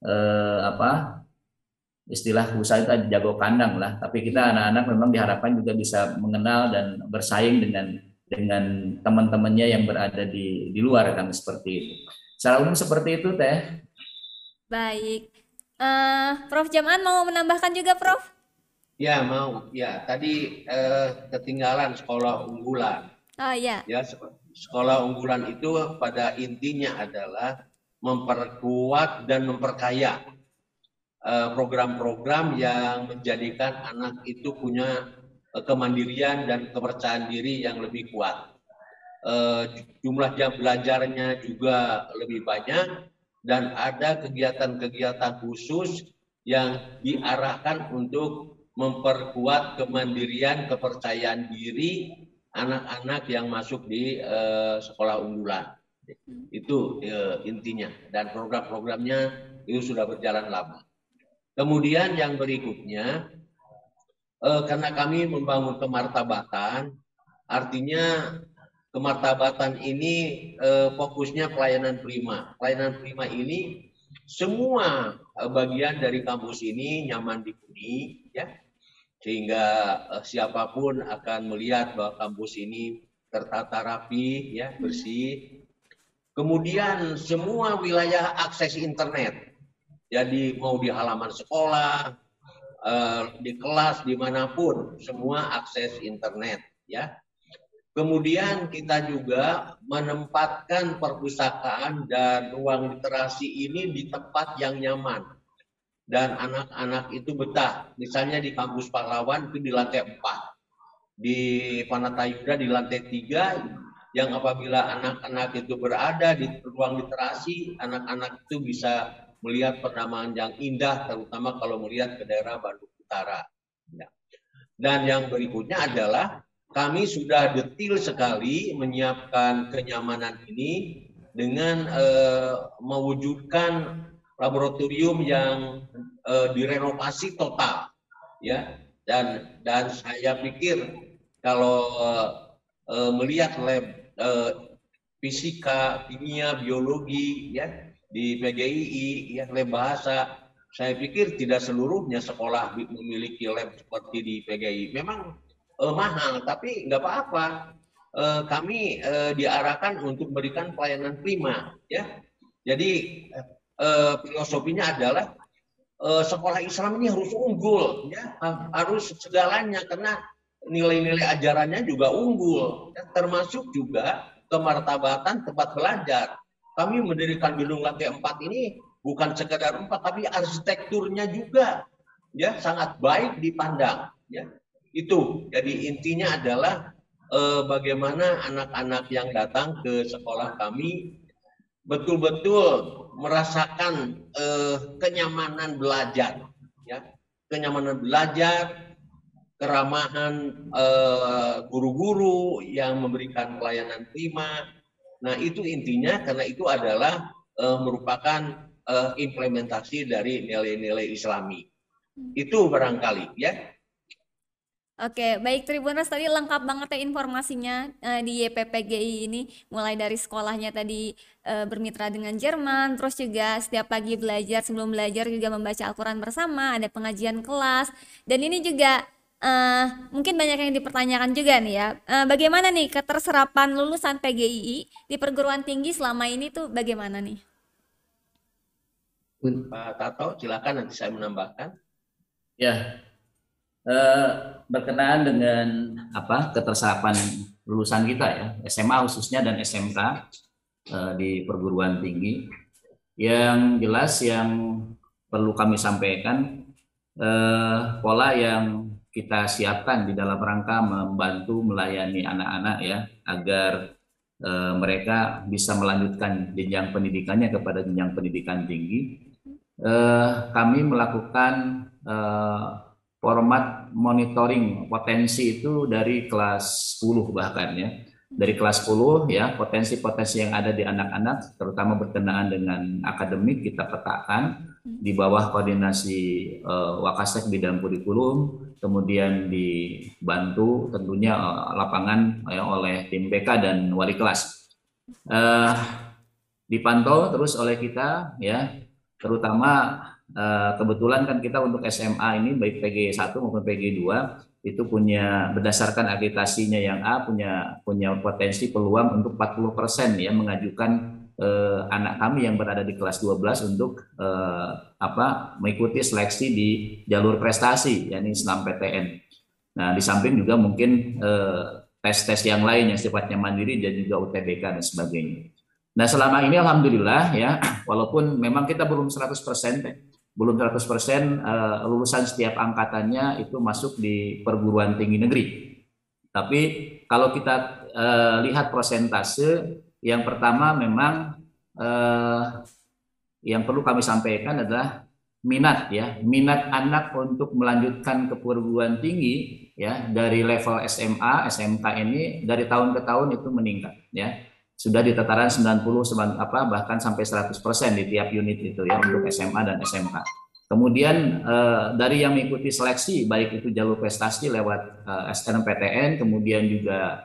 apa istilah usaha itu jago kandang lah, tapi kita anak-anak memang diharapkan juga bisa mengenal dan bersaing dengan teman-temannya yang berada di luar kan, seperti itu. Secara umum seperti itu Teh. Baik, Prof Jaman mau menambahkan juga Prof? Ya mau, ya tadi ketinggalan sekolah unggulan. Oh iya. Ya sekolah unggulan itu pada intinya adalah memperkuat dan memperkaya program-program yang menjadikan anak itu punya kemandirian dan kepercayaan diri yang lebih kuat. Jumlah jam belajarnya juga lebih banyak dan ada kegiatan-kegiatan khusus yang diarahkan untuk memperkuat kemandirian, kepercayaan diri anak-anak yang masuk di sekolah unggulan. Itu intinya, dan program-programnya itu sudah berjalan lama. Kemudian yang berikutnya, karena kami membangun kemartabatan, artinya kemartabatan ini fokusnya pelayanan prima. Pelayanan prima ini semua bagian dari kampus ini nyaman dihuni, ya, sehingga siapapun akan melihat bahwa kampus ini tertata rapi, ya, bersih. Kemudian semua wilayah akses internet. Jadi mau di halaman sekolah, di kelas, dimanapun, semua akses internet. Ya. Kemudian kita juga menempatkan perpustakaan dan ruang literasi ini di tempat yang nyaman. Dan anak-anak itu betah. Misalnya di kampus Pahlawan itu di lantai 4. Di Panatayuda di lantai 3, yang apabila anak-anak itu berada di ruang literasi, anak-anak itu bisa melihat pemandangan yang indah, terutama kalau melihat ke daerah Bandung Utara. Ya. Dan yang berikutnya adalah kami sudah detil sekali menyiapkan kenyamanan ini dengan mewujudkan laboratorium yang direnovasi total, ya. Dan saya pikir kalau melihat lab fisika, kimia, biologi, ya, di PGII, ya, lab bahasa, saya pikir tidak seluruhnya sekolah memiliki lab seperti di PGII. Memang mahal, tapi nggak apa-apa. Kami diarahkan untuk memberikan pelayanan prima, ya. Jadi filosofinya adalah sekolah Islam ini harus unggul, ya, harus segalanya, karena nilai-nilai ajarannya juga unggul, ya, termasuk juga kemartabatan tempat belajar. Kami mendirikan gedung lantai 4 ini bukan sekedar 4, tapi arsitekturnya juga, ya, sangat baik dipandang, ya. Itu jadi intinya adalah bagaimana anak-anak yang datang ke sekolah kami betul-betul merasakan kenyamanan belajar, ya, kenyamanan belajar, keramahan guru-guru yang memberikan pelayanan prima. Nah, itu intinya, karena itu adalah merupakan implementasi dari nilai-nilai Islami. Itu barangkali, ya. Oke, baik Tribuners, tadi lengkap banget ya informasinya di YPPGI ini, mulai dari sekolahnya tadi bermitra dengan Jerman, terus juga setiap pagi belajar, sebelum belajar juga membaca Al-Quran bersama, ada pengajian kelas, dan ini juga mungkin banyak yang dipertanyakan juga nih ya, bagaimana nih keterserapan lulusan PGII di perguruan tinggi selama ini tuh bagaimana nih? Pak Tato, silakan, nanti saya menambahkan. Ya. Berkenaan dengan keterserapan lulusan kita ya, SMA khususnya dan SMK di perguruan tinggi, yang jelas yang perlu kami sampaikan, pola yang kita siapkan di dalam rangka membantu melayani anak-anak ya, agar mereka bisa melanjutkan jenjang pendidikannya kepada jenjang pendidikan tinggi. Kami melakukan format monitoring potensi itu dari kelas 10 bahkan ya. Dari kelas 10 ya, potensi-potensi yang ada di anak-anak terutama berkenaan dengan akademik kita petakan di bawah koordinasi Wakasek bidang kurikulum, kemudian dibantu tentunya lapangan oleh tim BK dan wali kelas. Dipantau terus oleh kita ya, terutama kebetulan kan kita untuk SMA ini baik PG 1 maupun PG 2 itu punya berdasarkan akreditasinya yang A punya potensi peluang untuk 40% ya mengajukan anak kami yang berada di kelas 12 untuk mengikuti seleksi di jalur prestasi yakni SNMPTN. Nah, di samping juga mungkin tes-tes yang lain yang sifatnya mandiri dan juga UTBK dan sebagainya. Nah, selama ini alhamdulillah ya, walaupun memang kita belum 100% lulusan setiap angkatannya itu masuk di perguruan tinggi negeri. Tapi kalau kita lihat persentase, yang pertama memang yang perlu kami sampaikan adalah minat anak untuk melanjutkan ke perguruan tinggi ya dari level SMA, SMK ini dari tahun ke tahun itu meningkat ya. Sudah di tataran 90 bahkan sampai 100% di tiap unit itu ya untuk SMA dan SMK. Kemudian dari yang mengikuti seleksi baik itu jalur prestasi lewat SNMPTN, kemudian juga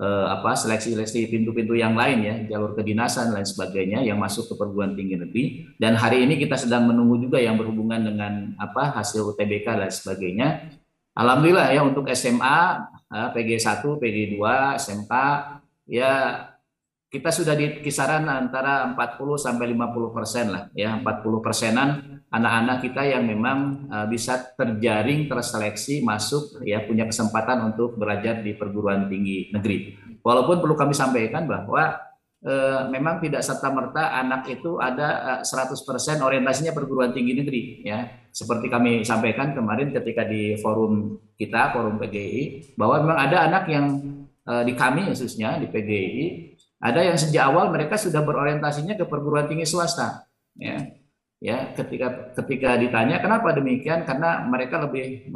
seleksi pintu-pintu yang lain ya, jalur kedinasan lain sebagainya yang masuk ke perguruan tinggi negeri. Dan hari ini kita sedang menunggu juga yang berhubungan dengan hasil UTBK dan sebagainya. Alhamdulillah ya untuk SMA, PG 1, PG 2, SMK ya kita sudah di kisaran antara 40 sampai 50% lah ya, 40%-an anak-anak kita yang memang bisa terjaring terseleksi masuk ya punya kesempatan untuk belajar di perguruan tinggi negeri. Walaupun perlu kami sampaikan bahwa memang tidak serta-merta anak itu ada 100% orientasinya perguruan tinggi negeri ya. Seperti kami sampaikan kemarin ketika di forum kita, forum PGI, bahwa memang ada anak yang di kami khususnya di PGI ada yang sejak awal mereka sudah berorientasinya ke perguruan tinggi swasta ya ketika ditanya kenapa demikian, karena mereka lebih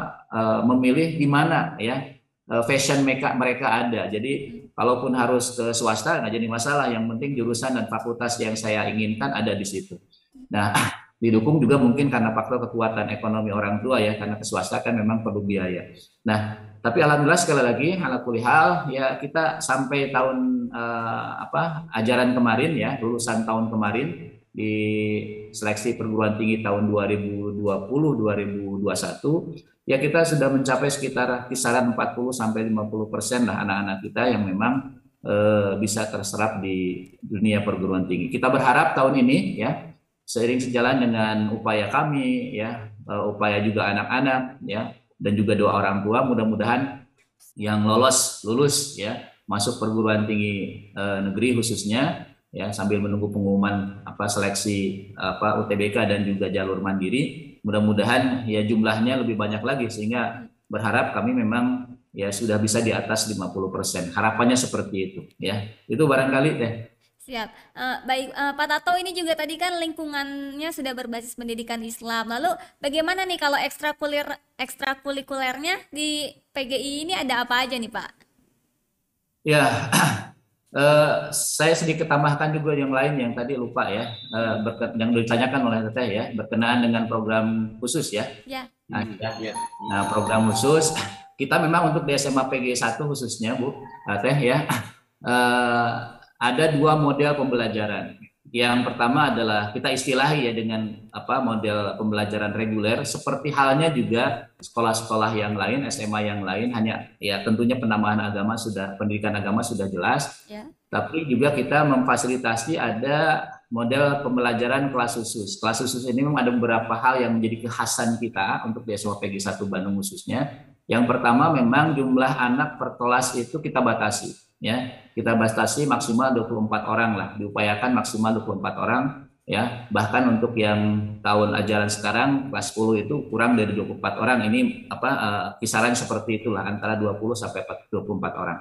memilih di mana ya fashion mereka ada. Jadi kalaupun harus ke swasta nggak jadi masalah, yang penting jurusan dan fakultas yang saya inginkan ada di situ. Nah, didukung juga mungkin karena faktor kekuatan ekonomi orang tua ya, karena ke swasta kan memang perlu biaya. Nah, tapi alhamdulillah sekali lagi ala kulli hal ya kita sampai tahun ajaran kemarin ya, lulusan tahun kemarin di seleksi perguruan tinggi tahun 2020-2021 ya kita sudah mencapai sekitar kisaran 40 sampai 50% lah anak-anak kita yang memang bisa terserap di dunia perguruan tinggi. Kita berharap tahun ini ya seiring sejalan dengan upaya kami ya, upaya juga anak-anak ya dan juga doa orang tua, mudah-mudahan yang lulus ya masuk perguruan tinggi negeri khususnya ya sambil menunggu pengumuman seleksi UTBK dan juga jalur mandiri, mudah-mudahan ya jumlahnya lebih banyak lagi sehingga berharap kami memang ya sudah bisa di atas 50%. Harapannya seperti itu ya. Itu barangkali deh. Siap. Baik, Pak Tato, ini juga tadi kan lingkungannya sudah berbasis pendidikan Islam. Lalu bagaimana nih kalau ekstrakurikulernya di PGI ini ada apa aja nih, Pak? Ya, saya sedikit tambahkan juga yang lain yang tadi lupa ya, yang ditanyakan oleh Teteh ya, berkenaan dengan program khusus ya. Ya. Nah, program khusus kita memang untuk di SMA PG 1 khususnya Bu Teteh ya, ada dua model pembelajaran. Yang pertama adalah kita istilahi ya dengan model pembelajaran reguler, seperti halnya juga sekolah-sekolah yang lain, SMA yang lain, hanya ya tentunya pendidikan agama sudah jelas. Ya. Tapi juga kita memfasilitasi ada model pembelajaran kelas khusus. Kelas khusus ini memang ada beberapa hal yang menjadi kekhasan kita untuk di SMA PG 1 Bandung khususnya. Yang pertama memang jumlah anak per kelas itu kita batasi. Ya, kita batasi maksimal 24 orang lah, diupayakan maksimal 24 orang ya. Bahkan untuk yang tahun ajaran sekarang kelas 10 itu kurang dari 24 orang. Ini kisaran seperti itulah antara 20 sampai 24 orang.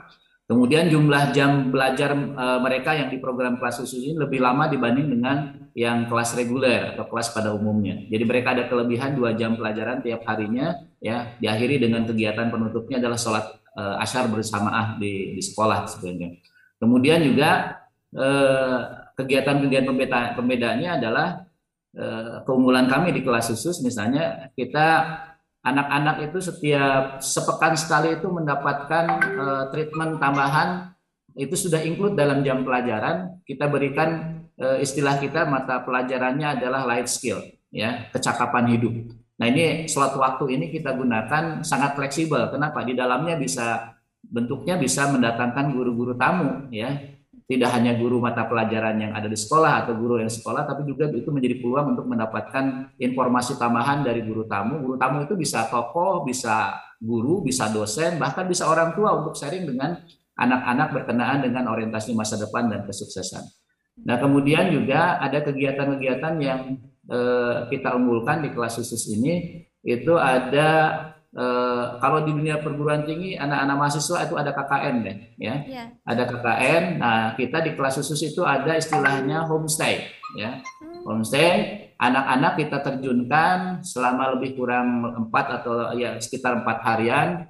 Kemudian jumlah jam belajar mereka yang di program kelas khusus ini lebih lama dibanding dengan yang kelas reguler atau kelas pada umumnya. Jadi mereka ada kelebihan 2 jam pelajaran tiap harinya, ya, diakhiri dengan kegiatan penutupnya adalah sholat asyar bersamaah di sekolah sebenarnya. Kemudian juga kegiatan-kegiatan pembedaannya adalah keunggulan kami di kelas khusus, misalnya kita anak-anak itu setiap sepekan sekali itu mendapatkan treatment tambahan, itu sudah include dalam jam pelajaran. Kita berikan istilah kita mata pelajarannya adalah life skill, ya, kecakapan hidup. Nah, ini slot waktu ini kita gunakan sangat fleksibel. Kenapa? Di dalamnya bentuknya bisa mendatangkan guru-guru tamu, ya. Tidak hanya guru mata pelajaran yang ada di sekolah atau guru yang sekolah, tapi juga itu menjadi peluang untuk mendapatkan informasi tambahan dari guru tamu. Guru tamu itu bisa tokoh, bisa guru, bisa dosen, bahkan bisa orang tua untuk sharing dengan anak-anak berkenaan dengan orientasi masa depan dan kesuksesan. Nah, kemudian juga ada kegiatan-kegiatan yang kita unggulkan di kelas khusus ini, itu ada kalau di dunia perguruan tinggi anak-anak mahasiswa itu ada KKN deh, ya. Ada KKN. Nah, kita di kelas khusus itu ada istilahnya homestay, ya. Homestay, anak-anak kita terjunkan selama lebih kurang 4 atau ya sekitar 4 harian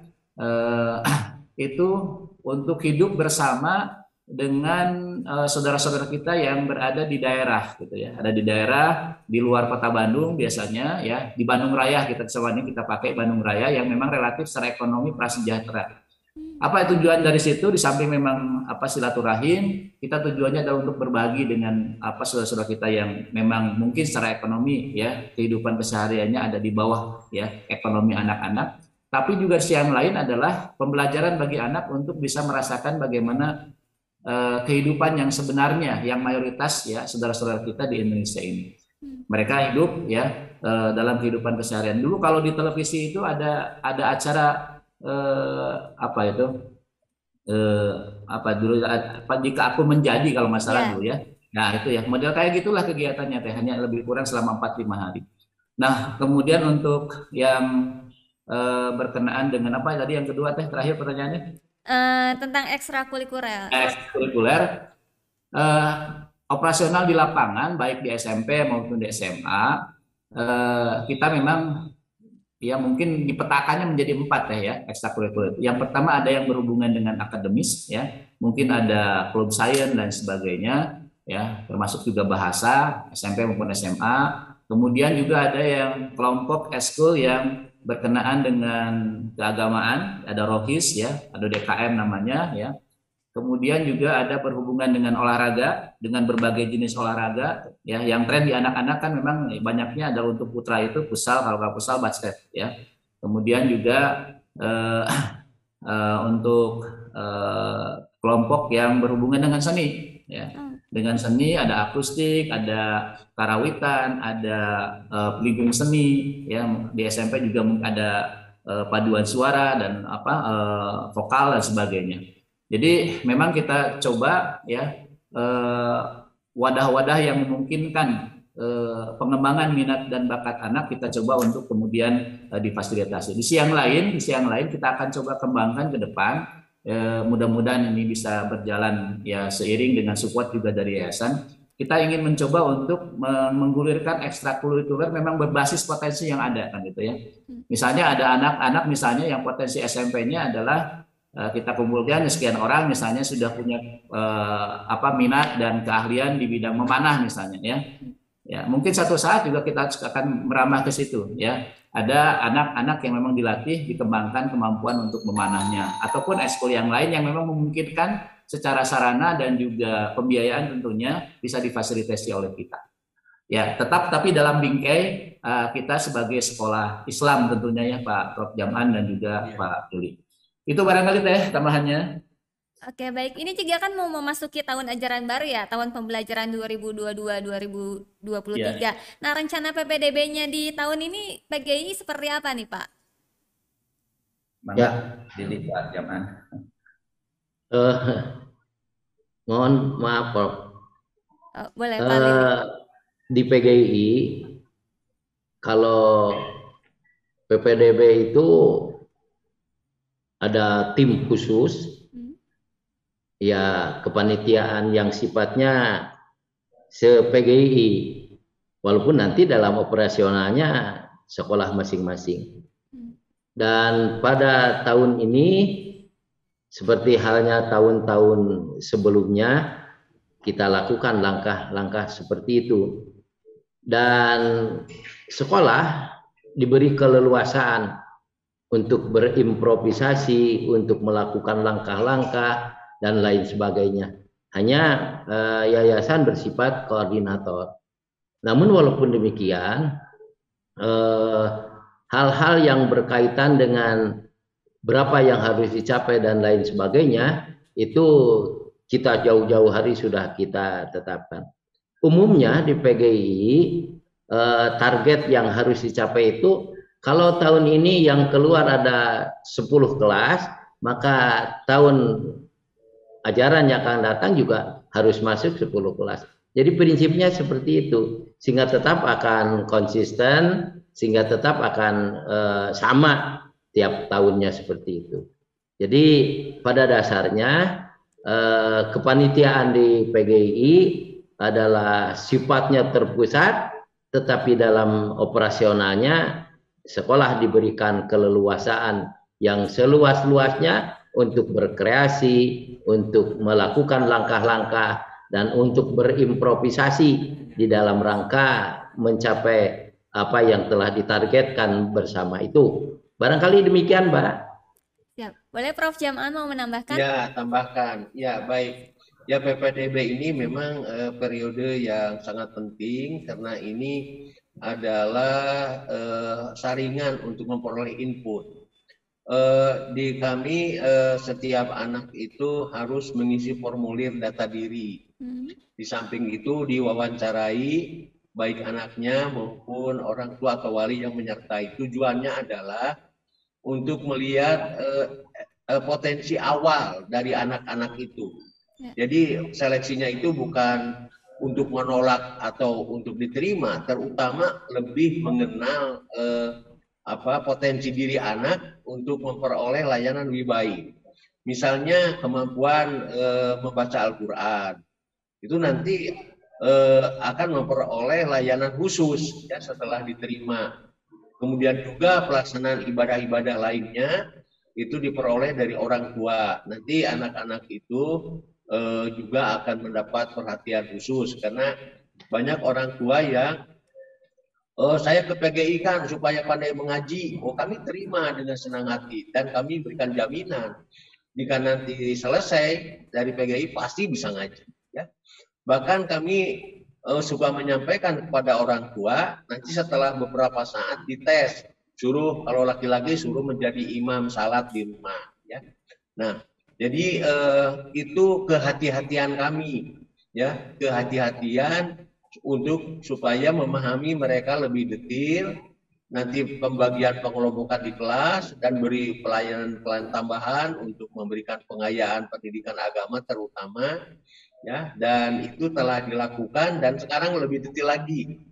itu untuk hidup bersama dengan saudara-saudara kita yang berada di daerah, gitu ya. Ada di daerah di luar kota Bandung biasanya, ya. Di Bandung Raya kita kita pakai Bandung Raya yang memang relatif secara ekonomi prasejahtera. Apa tujuan dari situ? Di samping memang silaturahim, kita tujuannya adalah untuk berbagi dengan saudara-saudara kita yang memang mungkin secara ekonomi, ya, kehidupan kesehariannya ada di bawah, ya, ekonomi anak-anak. Tapi juga yang lain adalah pembelajaran bagi anak untuk bisa merasakan bagaimana kehidupan yang sebenarnya, yang mayoritas, ya, saudara-saudara kita di Indonesia ini. Mereka hidup, ya, dalam kehidupan keseharian. Dulu kalau di televisi itu ada acara jika aku menjadi, kalau masalah dulu, ya. Nah, itu ya model kayak gitulah kegiatannya teh, hanya lebih kurang selama 4-5 hari. Nah, kemudian untuk yang berkenaan dengan apa tadi yang kedua teh, terakhir pertanyaannya? Tentang ekstrakurikuler. Ekstrakurikuler, operasional di lapangan baik di SMP maupun di SMA, kita memang, ya, mungkin dipetakannya menjadi 4 ya ekstrakurikuler. Yang pertama ada yang berhubungan dengan akademis, ya, mungkin ada klub sains dan sebagainya, ya, termasuk juga bahasa SMP maupun SMA. Kemudian juga ada yang kelompok eskul yang berkenaan dengan keagamaan, ada rohis, ya, ada DKM namanya, ya. Kemudian juga ada berhubungan dengan olahraga, dengan berbagai jenis olahraga, ya. Yang tren di anak-anak kan memang banyaknya adalah untuk putra itu futsal, kalau nggak futsal basket, ya. Kemudian juga untuk kelompok yang berhubungan dengan seni, ya. Dengan seni ada akustik, ada karawitan, ada pelinggung seni, ya. Di SMP juga ada paduan suara dan vokal dan sebagainya. Jadi memang kita coba, ya, wadah-wadah yang memungkinkan pengembangan minat dan bakat anak kita coba untuk kemudian difasilitasi. Di siang lain kita akan coba kembangkan ke depan. Mudah-mudahan ini bisa berjalan, ya, seiring dengan support juga dari yayasan. Kita ingin mencoba untuk menggulirkan ekstrakurikuler memang berbasis potensi yang ada, kan, gitu, ya. Misalnya ada anak-anak misalnya yang potensi SMP-nya adalah kita kumpulkan sekian orang misalnya sudah punya minat dan keahlian di bidang memanah misalnya, ya. Ya, mungkin satu saat juga kita akan merambah ke situ, ya. Ada anak-anak yang memang dilatih, dikembangkan kemampuan untuk memanahnya, ataupun ekskul yang lain yang memang memungkinkan secara sarana dan juga pembiayaan tentunya bisa difasilitasi oleh kita. Ya, tetap tapi dalam bingkai kita sebagai sekolah Islam tentunya, ya, Pak Prof. Jam'an dan juga Pak Juli. Itu barangkali teh tambahannya. Oke, baik. Ini juga kan mau memasuki tahun ajaran baru, ya, tahun pembelajaran 2022-2023. Nah, rencana PPDB-nya di tahun ini PGI seperti apa nih, Pak? Ya, jadi Pak Jam'an. Mohon maaf, Prof. Boleh, Pak Lili. Di PGI, kalau PPDB itu ada tim khusus ya kepanitiaan yang sifatnya se-PGII, walaupun nanti dalam operasionalnya sekolah masing-masing. Dan pada tahun ini seperti halnya tahun-tahun sebelumnya, kita lakukan langkah-langkah seperti itu. Dan sekolah diberi keleluasaan untuk berimprovisasi, untuk melakukan langkah-langkah, dan lain sebagainya. Hanya yayasan bersifat koordinator. Namun walaupun demikian, hal-hal yang berkaitan dengan berapa yang harus dicapai dan lain sebagainya, itu kita jauh-jauh hari sudah kita tetapkan. Umumnya di PGI, target yang harus dicapai itu, kalau tahun ini yang keluar ada 10 kelas, maka tahun ajaran yang akan datang juga harus masuk 10 kelas. Jadi prinsipnya seperti itu, sehingga tetap akan konsisten, sehingga tetap akan sama tiap tahunnya seperti itu. Jadi pada dasarnya kepanitiaan di PGI adalah sifatnya terpusat, tetapi dalam operasionalnya sekolah diberikan keleluasaan yang seluas-luasnya untuk berkreasi, untuk melakukan langkah-langkah, dan untuk berimprovisasi di dalam rangka mencapai apa yang telah ditargetkan bersama itu. Barangkali demikian, Mbak. Siap. Boleh Prof. Jam'an mau menambahkan? Ya, tambahkan. Ya, baik. Ya, PPDB ini memang periode yang sangat penting karena ini adalah saringan untuk memperoleh input. Di kami setiap anak itu harus mengisi formulir data diri. Di samping itu diwawancarai baik anaknya maupun orang tua atau wali yang menyertai. Tujuannya adalah untuk melihat potensi awal dari anak-anak itu. Jadi seleksinya itu bukan untuk menolak atau untuk diterima, terutama lebih mengenal potensi diri anak untuk memperoleh layanan lebih baik. Misalnya kemampuan membaca Al-Quran, itu nanti akan memperoleh layanan khusus ya setelah diterima. Kemudian juga pelaksanaan ibadah-ibadah lainnya itu diperoleh dari orang tua. Nanti anak-anak itu juga akan mendapat perhatian khusus karena banyak orang tua yang saya ke PGI kan supaya pandai mengaji. Kami terima dengan senang hati dan kami berikan jaminan jika nanti selesai dari PGI pasti bisa ngaji. Ya. Bahkan kami suka menyampaikan kepada orang tua, nanti setelah beberapa saat dites, suruh kalau laki-laki suruh menjadi imam salat di rumah. Ya. Nah, jadi itu kehati-hatian kami, ya, kehati-hatian untuk supaya memahami mereka lebih detail. Nanti pembagian pengelompokan di kelas dan beri pelayanan tambahan untuk memberikan pengayaan pendidikan agama terutama. Ya, dan itu telah dilakukan dan sekarang lebih detail lagi.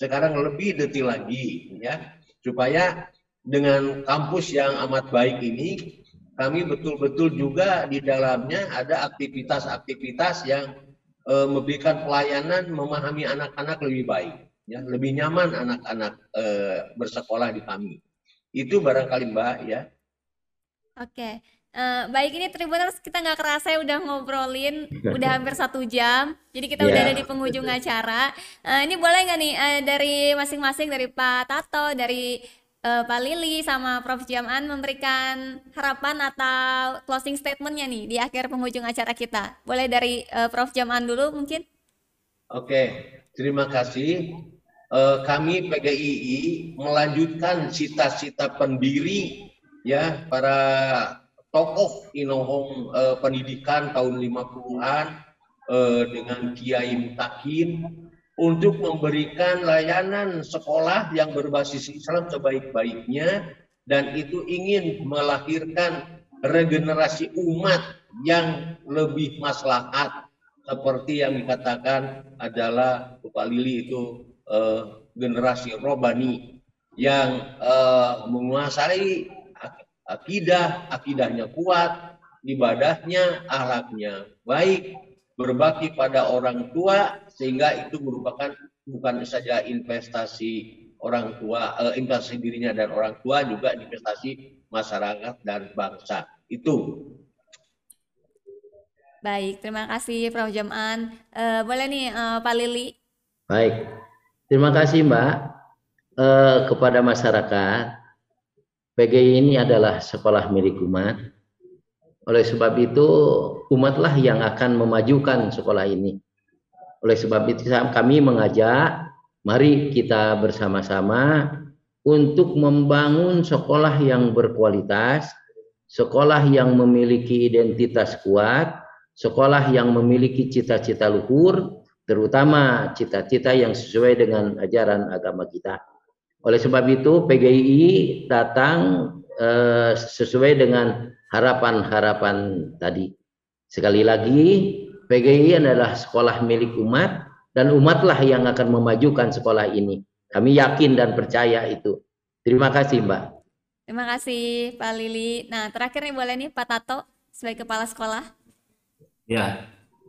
Ya, supaya dengan kampus yang amat baik ini kami betul-betul juga di dalamnya ada aktivitas-aktivitas yang memberikan pelayanan memahami anak-anak lebih baik, ya, lebih nyaman anak-anak bersekolah di kami. Itu barangkali Mbak ya. Oke. Baik, ini Tribuners, kita nggak kerasa ya udah ngobrolin udah hampir 1 jam, jadi kita udah ada di penghujung acara. Ini boleh nggak nih dari masing-masing, dari Pak Tato, dari Pak Lili sama Prof. Jam'an memberikan harapan atau closing statementnya nih di akhir penghujung acara kita. Boleh dari Prof. Jam'an dulu mungkin? Oke, terima kasih. Kami PGII melanjutkan cita-cita pendiri ya para tokoh inohong pendidikan tahun 50-an dengan Kiai Mutakin untuk memberikan layanan sekolah yang berbasis Islam sebaik-baiknya, dan itu ingin melahirkan regenerasi umat yang lebih maslahat seperti yang dikatakan adalah Pak Lili itu generasi robani yang menguasai akidahnya kuat, ibadahnya, akhlaknya baik, berbakti pada orang tua, sehingga itu merupakan bukan saja investasi orang tua, investasi dirinya dan orang tua, juga investasi masyarakat dan bangsa. Itu. Baik, terima kasih Prof. Jam'an. Boleh nih Pak Lili. Baik, terima kasih Mbak. Kepada masyarakat, PGI ini adalah sekolah milik umat. Oleh sebab itu, umatlah yang akan memajukan sekolah ini. Oleh sebab itu kami mengajak, mari kita bersama-sama untuk membangun sekolah yang berkualitas, sekolah yang memiliki identitas kuat, sekolah yang memiliki cita-cita luhur, terutama cita-cita yang sesuai dengan ajaran agama kita. Oleh sebab itu PGI datang sesuai dengan harapan-harapan tadi. Sekali lagi, PGI adalah sekolah milik umat, dan umatlah yang akan memajukan sekolah ini. Kami yakin dan percaya itu. Terima kasih Mbak. Terima kasih Pak Lili. Nah, terakhir nih boleh nih Pak Tato sebagai kepala sekolah. Ya,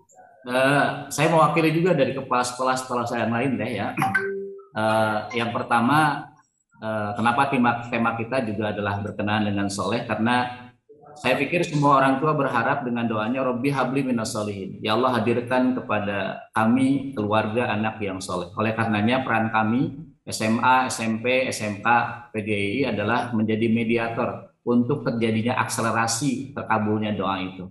saya mewakili juga dari kepala sekolah saya yang lain deh ya. Yang pertama, kenapa tema kita juga adalah berkenaan dengan soleh, karena saya pikir semua orang tua berharap dengan doanya Robbi habli minas solihin. Ya Allah, hadirkan kepada kami keluarga anak yang soleh. Oleh karenanya peran kami SMA, SMP, SMK, PGI adalah menjadi mediator untuk terjadinya akselerasi terkabulnya doa itu.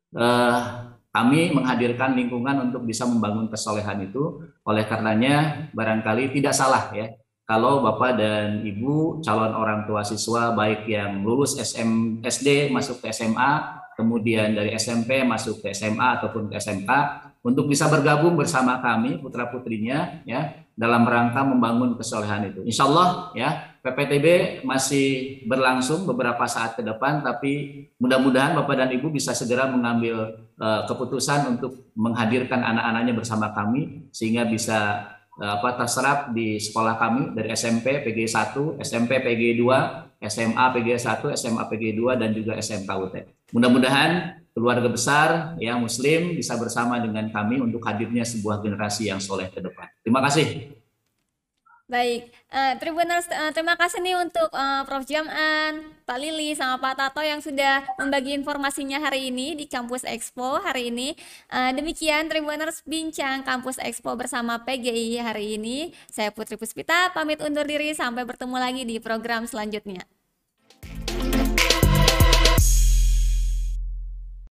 Kami menghadirkan lingkungan untuk bisa membangun kesolehan itu. Oleh karenanya barangkali tidak salah ya kalau Bapak dan Ibu calon orang tua siswa, baik yang lulus SD masuk ke SMA, kemudian dari SMP masuk ke SMA ataupun ke SMK, untuk bisa bergabung bersama kami putra putrinya ya dalam rangka membangun kesolehan itu. Insya Allah ya, PPTB masih berlangsung beberapa saat ke depan, tapi mudah-mudahan Bapak dan Ibu bisa segera mengambil keputusan untuk menghadirkan anak-anaknya bersama kami sehingga bisa terserap di sekolah kami dari SMP PGI 1, SMP PGI 2, SMA PGI 1, SMA PGI 2 dan juga SMK UT. Mudah-mudahan keluarga besar yang Muslim bisa bersama dengan kami untuk hadirnya sebuah generasi yang soleh ke depan. Terima kasih. Baik, Tribuners, terima kasih nih untuk Prof. Jam'an, Pak Lili, sama Pak Tato yang sudah membagi informasinya hari ini di Kampus Expo hari ini. Demikian Tribuners Bincang Kampus Expo bersama PGI hari ini. Saya Putri Puspita, pamit undur diri, sampai bertemu lagi di program selanjutnya.